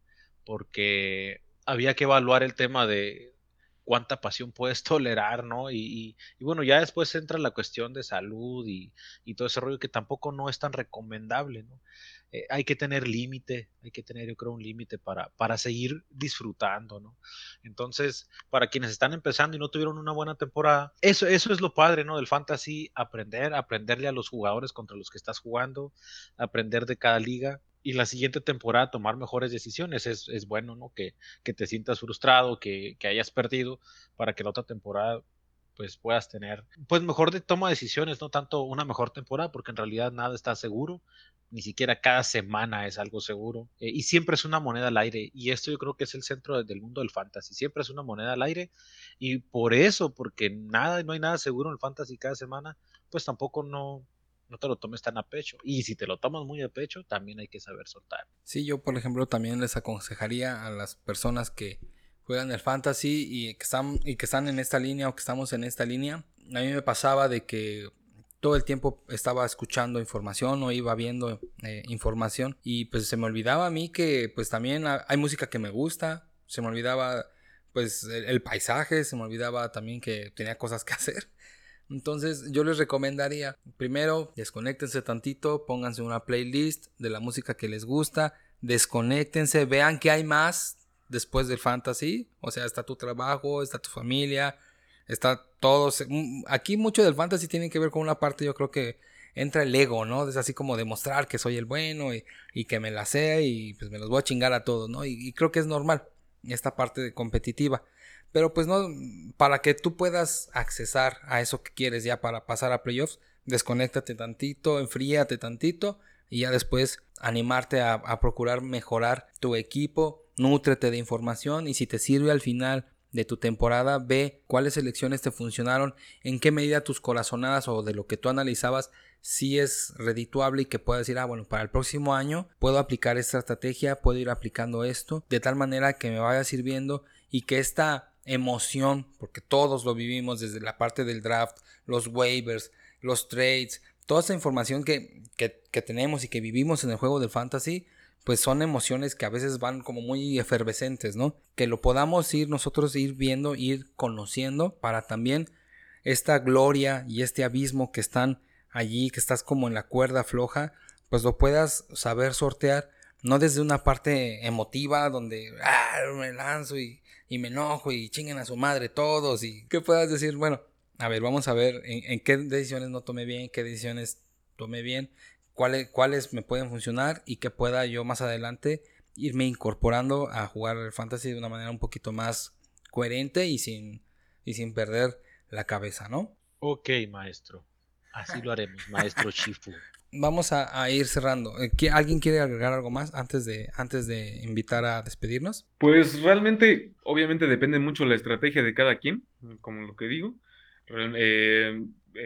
porque había que evaluar el tema de cuánta pasión puedes tolerar, ¿no? Y, y, y bueno, ya después entra la cuestión de salud y, y todo ese rollo que tampoco no es tan recomendable, ¿no? Eh, hay que tener límite, hay que tener, yo creo, un límite para, para seguir disfrutando, ¿no? Entonces, para quienes están empezando y no tuvieron una buena temporada, eso, eso es lo padre, ¿no? Del fantasy, aprender, aprenderle a los jugadores contra los que estás jugando, aprender de cada liga y la siguiente temporada tomar mejores decisiones. Es, es bueno, ¿no? Que, que te sientas frustrado, que, que hayas perdido, para que la otra temporada pues puedas tener pues mejor de toma de decisiones, no tanto una mejor temporada, porque en realidad nada está seguro, ni siquiera cada semana es algo seguro, eh, y siempre es una moneda al aire, y esto yo creo que es el centro del mundo del fantasy, siempre es una moneda al aire, y por eso, porque nada, no hay nada seguro en el fantasy cada semana, pues tampoco no, no te lo tomes tan a pecho, y si te lo tomas muy a pecho, también hay que saber soltar. Sí, yo por ejemplo también les aconsejaría a las personas que juegan el fantasy y que están y que están en esta línea o que estamos en esta línea. A mí me pasaba de que todo el tiempo estaba escuchando información o iba viendo eh, información y pues se me olvidaba a mí que pues también ha- hay música que me gusta, se me olvidaba pues el, el paisaje, se me olvidaba también que tenía cosas que hacer. Entonces yo les recomendaría, primero, desconéctense tantito, pónganse una playlist de la música que les gusta, desconéctense, vean que hay más después del fantasy, o sea, está tu trabajo, está tu familia, está todo. Aquí mucho del fantasy tiene que ver con una parte, yo creo que entra el ego, ¿no? Es así como demostrar que soy el bueno y, y que me la sé y pues me los voy a chingar a todos, ¿no? Y, y creo que es normal esta parte competitiva. Pero pues no, para que tú puedas accesar a eso que quieres ya para pasar a playoffs, desconéctate tantito, enfríate tantito y ya después animarte a, a procurar mejorar tu equipo, nútrete de información y si te sirve al final de tu temporada, ve cuáles selecciones te funcionaron, en qué medida tus corazonadas o de lo que tú analizabas si es redituable y que puedas decir, ah, bueno, para el próximo año puedo aplicar esta estrategia, puedo ir aplicando esto, de tal manera que me vaya sirviendo y que esta emoción, porque todos lo vivimos desde la parte del draft, los waivers, los trades, toda esa información que, que, que tenemos y que vivimos en el juego del fantasy, pues son emociones que a veces van como muy efervescentes, ¿no? Que lo podamos ir nosotros ir viendo, ir conociendo para también esta gloria y este abismo que están allí, que estás como en la cuerda floja, pues lo puedas saber sortear, no desde una parte emotiva donde ah, me lanzo y, y me enojo y chinguen a su madre todos y que puedas decir, bueno, a ver, vamos a ver en, en qué decisiones no tomé bien, qué decisiones tomé bien, cuáles, cuáles me pueden funcionar y que pueda yo más adelante irme incorporando a jugar el fantasy de una manera un poquito más coherente y sin, y sin perder la cabeza, ¿no? Ok, maestro. Así lo haremos, maestro Shifu. vamos a, a ir cerrando. ¿Alguien quiere agregar algo más antes de, antes de invitar a despedirnos? Pues realmente, obviamente depende mucho la estrategia de cada quien, como lo que digo. Eh,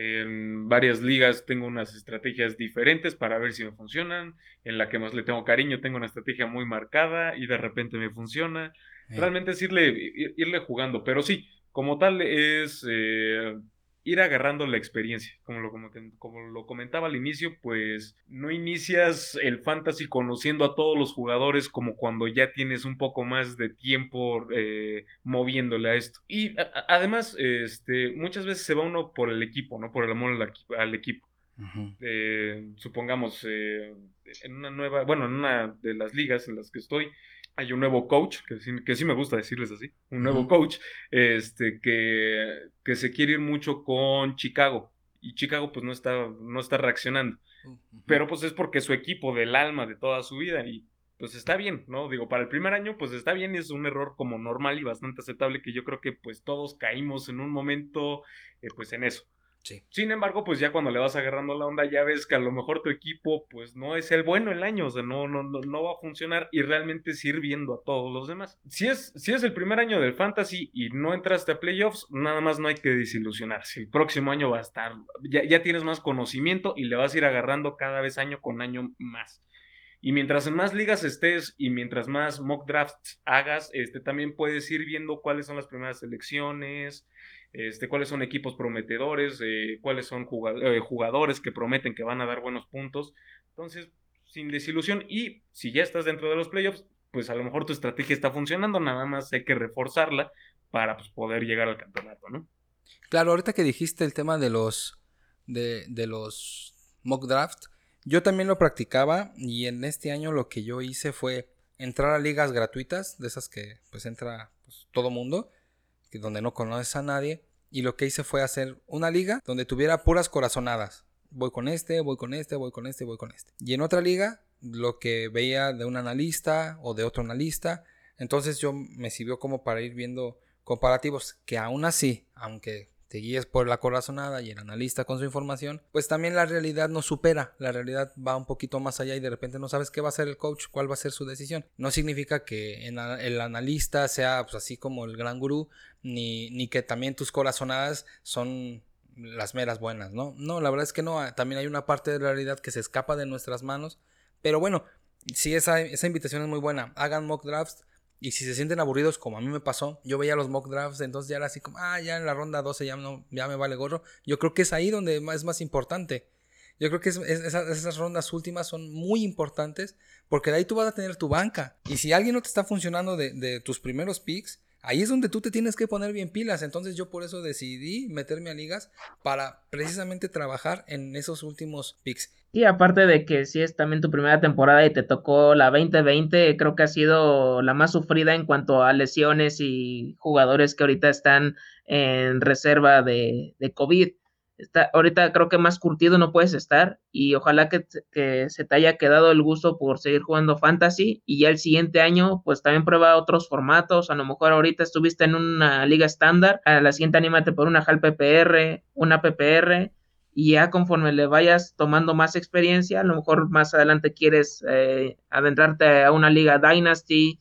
en varias ligas tengo unas estrategias diferentes para ver si me funcionan. En la que más le tengo cariño tengo una estrategia muy marcada y de repente me funciona. Eh. Realmente es irle, ir, irle jugando, pero sí, como tal es eh, ir agarrando la experiencia. Como lo, como, como lo comentaba al inicio, pues no inicias el fantasy conociendo a todos los jugadores como cuando ya tienes un poco más de tiempo eh, moviéndole a esto. Y a, a, además, este, muchas veces se va uno por el equipo, ¿no? Por el amor al, al equipo. Uh-huh. Eh, supongamos, eh, en una nueva, bueno, en una de las ligas en las que estoy, hay un nuevo coach, que sí, que sí me gusta decirles así, un nuevo uh-huh. coach, este, que, que se quiere ir mucho con Chicago, y Chicago pues no está, no está reaccionando, uh-huh. pero pues es porque su equipo del alma de toda su vida, y pues está bien, ¿no? Digo, para el primer año pues está bien, y es un error como normal y bastante aceptable, que yo creo que pues todos caímos en un momento, eh, pues en eso. Sí. Sin embargo, pues ya cuando le vas agarrando la onda, ya ves que a lo mejor tu equipo, pues no es el bueno el año, o sea, no, no, no, no va a funcionar y realmente es ir viendo a todos los demás. Si es, si es el primer año del fantasy y no entraste a playoffs, nada más no hay que desilusionarse. El próximo año va a estar, ya, ya tienes más conocimiento y le vas a ir agarrando cada vez año con año más. Y mientras en más ligas estés y mientras más mock drafts hagas, este, también puedes ir viendo cuáles son las primeras selecciones, este, cuáles son equipos prometedores, eh, cuáles son jugadores, eh, jugadores que prometen que van a dar buenos puntos. Entonces, sin desilusión, y si ya estás dentro de los playoffs, pues a lo mejor tu estrategia está funcionando, nada más hay que reforzarla para pues, poder llegar al campeonato, ¿no? Claro, ahorita que dijiste el tema de los, de, de los mock drafts, yo también lo practicaba, y en este año lo que yo hice fue entrar a ligas gratuitas, de esas que pues entra pues, todo mundo, que donde no conoces a nadie, y lo que hice fue hacer una liga donde tuviera puras corazonadas. Voy con este, voy con este, voy con este, voy con este. Y en otra liga, lo que veía de un analista o de otro analista, entonces yo me sirvió como para ir viendo comparativos, que aún así, aunque te guíes por la corazonada y el analista con su información, pues también la realidad nos supera, la realidad va un poquito más allá y de repente no sabes qué va a hacer el coach, cuál va a ser su decisión. No significa que en a, el analista sea pues, así como el gran gurú, ni, ni que también tus corazonadas son las meras buenas, ¿no? No, la verdad es que no, también hay una parte de la realidad que se escapa de nuestras manos, pero bueno, sí, esa, esa invitación es muy buena, hagan mock drafts. Y si se sienten aburridos, como a mí me pasó, yo veía los mock drafts, entonces ya era así como, ah, ya en la ronda doce ya, no, ya me vale gorro. Yo creo que es ahí donde es más importante. Yo creo que es, es, esas, esas rondas últimas son muy importantes, porque de ahí tú vas a tener tu banca. Y si alguien no te está funcionando de, de tus primeros picks, ahí es donde tú te tienes que poner bien pilas. Entonces yo por eso decidí meterme a ligas para precisamente trabajar en esos últimos picks. Sí, aparte de que si es también tu primera temporada y te tocó la veinte veinte, creo que ha sido la más sufrida en cuanto a lesiones y jugadores que ahorita están en reserva de, de COVID. Está, ahorita creo que más curtido no puedes estar, y ojalá que, que se te haya quedado el gusto por seguir jugando fantasy, y ya el siguiente año pues también prueba otros formatos. A lo mejor ahorita estuviste en una liga estándar, a la siguiente anímate por una H A L P P R, una P P R, y ya conforme le vayas tomando más experiencia, a lo mejor más adelante quieres eh, adentrarte a una liga Dynasty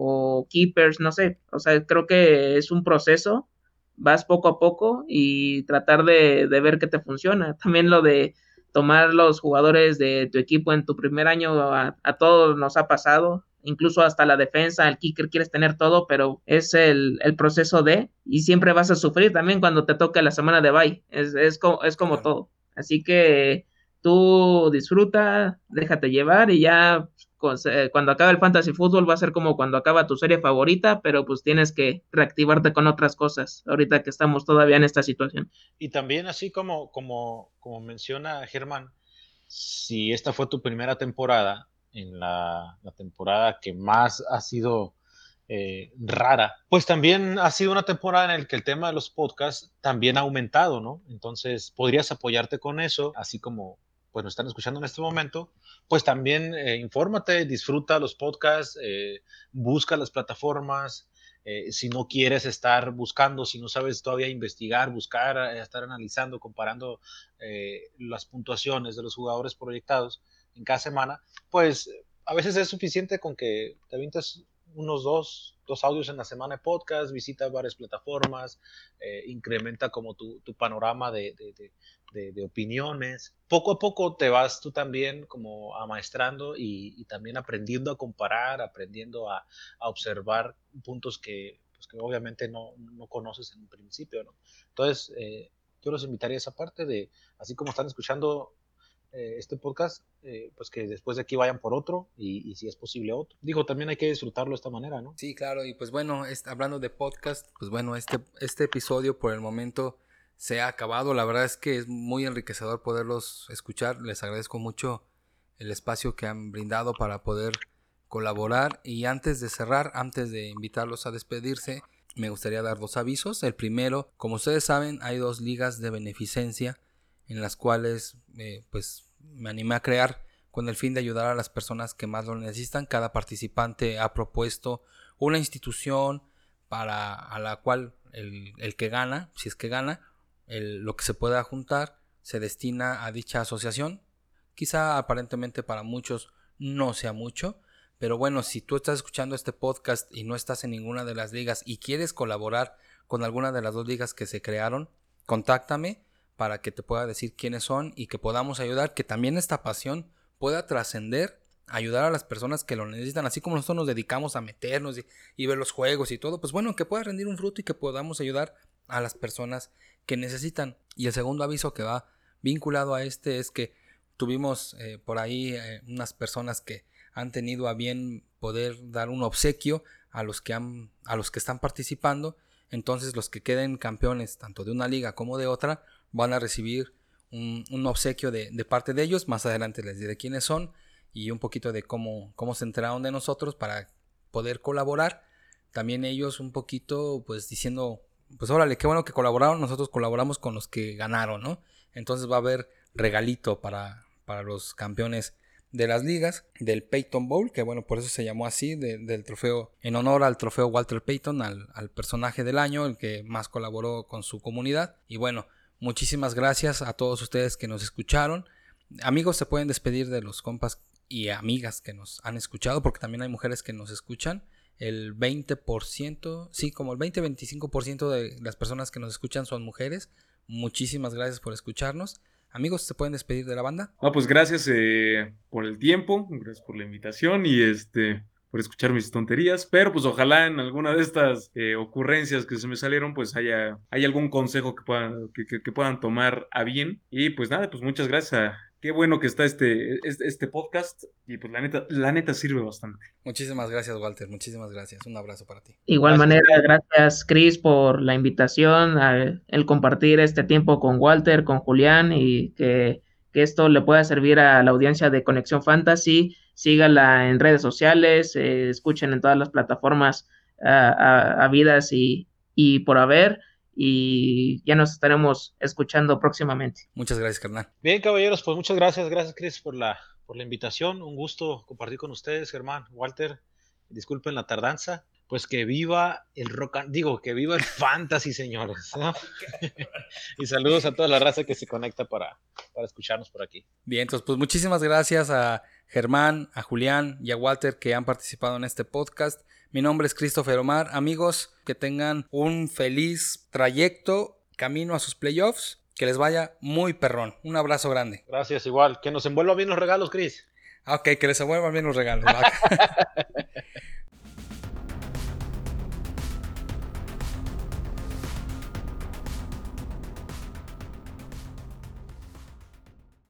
o Keepers, no sé. O sea, creo que es un proceso, vas poco a poco y tratar de, de ver qué te funciona. También lo de tomar los jugadores de tu equipo en tu primer año, a, a todos nos ha pasado, incluso hasta la defensa, el kicker, quieres tener todo, pero es el, el proceso de, y siempre vas a sufrir también cuando te toque la semana de bye, es, es, como, es como todo. Así que tú disfruta, déjate llevar, y ya cuando acabe el fantasy fútbol va a ser como cuando acaba tu serie favorita, pero pues tienes que reactivarte con otras cosas ahorita que estamos todavía en esta situación. Y también así como, como, como menciona Germán, si esta fue tu primera temporada, en la, la temporada que más ha sido eh, rara, pues también ha sido una temporada en la que el tema de los podcasts también ha aumentado, ¿no? Entonces podrías apoyarte con eso, así como pues nos están escuchando en este momento, pues también eh, infórmate, disfruta los podcasts, eh, busca las plataformas, Eh, si no quieres estar buscando, si no sabes todavía investigar, buscar, eh, estar analizando, comparando eh, las puntuaciones de los jugadores proyectados en cada semana, pues a veces es suficiente con que te avientes unos dos, dos audios en la semana de podcast, visita varias plataformas, eh, incrementa como tu, tu panorama de, de, de, de, de opiniones. Poco a poco te vas tú también como amaestrando y, y también aprendiendo a comparar, aprendiendo a, a observar puntos que, pues que obviamente no, no conoces en un principio, ¿no? Entonces, eh, yo los invitaría a esa parte de, así como están escuchando eh, este podcast, eh, pues que después de aquí vayan por otro y, y si es posible otro. Digo, también hay que disfrutarlo de esta manera, ¿no? Sí, claro, y pues bueno, es, hablando de podcast, pues bueno, este, este episodio por el momento se ha acabado. La verdad es que es muy enriquecedor poderlos escuchar. Les agradezco mucho el espacio que han brindado para poder colaborar. Y antes de cerrar, antes de invitarlos a despedirse, me gustaría dar dos avisos. El primero, como ustedes saben, hay dos ligas de beneficencia en las cuales eh, pues me animé a crear con el fin de ayudar a las personas que más lo necesitan. Cada participante ha propuesto una institución para a la cual el, el que gana, si es que gana, el, lo que se pueda juntar se destina a dicha asociación. Quizá aparentemente para muchos no sea mucho, pero bueno, si tú estás escuchando este podcast y no estás en ninguna de las ligas y quieres colaborar con alguna de las dos ligas que se crearon, contáctame para que te pueda decir quiénes son y que podamos ayudar, que también esta pasión pueda trascender, ayudar a las personas que lo necesitan, así como nosotros nos dedicamos a meternos y, y ver los juegos y todo, pues bueno, que pueda rendir un fruto y que podamos ayudar a las personas que necesitan. Y el segundo aviso que va vinculado a este es que tuvimos eh, por ahí eh, unas personas que han tenido a bien poder dar un obsequio a los que han, a los que están participando. Entonces los que queden campeones tanto de una liga como de otra van a recibir un, un obsequio de, de parte de ellos. Más adelante les diré quiénes son y un poquito de cómo, cómo se enteraron de nosotros para poder colaborar. También ellos un poquito pues diciendo, pues órale, qué bueno que colaboraron, nosotros colaboramos con los que ganaron, ¿no? Entonces va a haber regalito para, para los campeones de las ligas, del Peyton Bowl, que bueno, por eso se llamó así, de, del trofeo, en honor al trofeo Walter Payton, al, al personaje del año, el que más colaboró con su comunidad. Y bueno, muchísimas gracias a todos ustedes que nos escucharon. Amigos, se pueden despedir de los compas y amigas que nos han escuchado, porque también hay mujeres que nos escuchan. El veinte por ciento, sí, como el veinte a veinticinco por ciento de las personas que nos escuchan son mujeres. Muchísimas gracias por escucharnos. Amigos, ¿se pueden despedir de la banda? Ah, pues gracias eh, por el tiempo, gracias por la invitación y este por escuchar mis tonterías, pero pues ojalá en alguna de estas eh, ocurrencias que se me salieron pues haya, haya algún consejo que puedan, que, que, que puedan tomar a bien. Y pues nada, pues muchas gracias a, qué bueno que está este, este, este podcast y pues la neta, la neta sirve bastante. Muchísimas gracias, Walter, muchísimas gracias, un abrazo para ti. Igual Gracias. manera, gracias Chris por la invitación, a, el compartir este tiempo con Walter, con Julián y que, que esto le pueda servir a la audiencia de Conexión Fantasy. Sígala en redes sociales, eh, escuchen en todas las plataformas habidas y, y por haber. Y ya nos estaremos escuchando próximamente. Muchas gracias, carnal. Bien, caballeros, pues muchas gracias, gracias Chris por la, por la invitación, un gusto compartir con ustedes, Germán, Walter, disculpen la tardanza, pues que viva el rock, and, digo, que viva el fantasy, señores, ¿no? Y saludos a toda la raza que se conecta para, para escucharnos por aquí. Bien, entonces pues muchísimas gracias a Germán, a Julián y a Walter que han participado en este podcast. Mi nombre es Christopher Omar. Amigos, que tengan un feliz trayecto camino a sus playoffs. Que les vaya muy perrón. Un abrazo grande. Gracias, igual. Que nos envuelvan bien los regalos, Chris. Ok, que les envuelvan bien los regalos.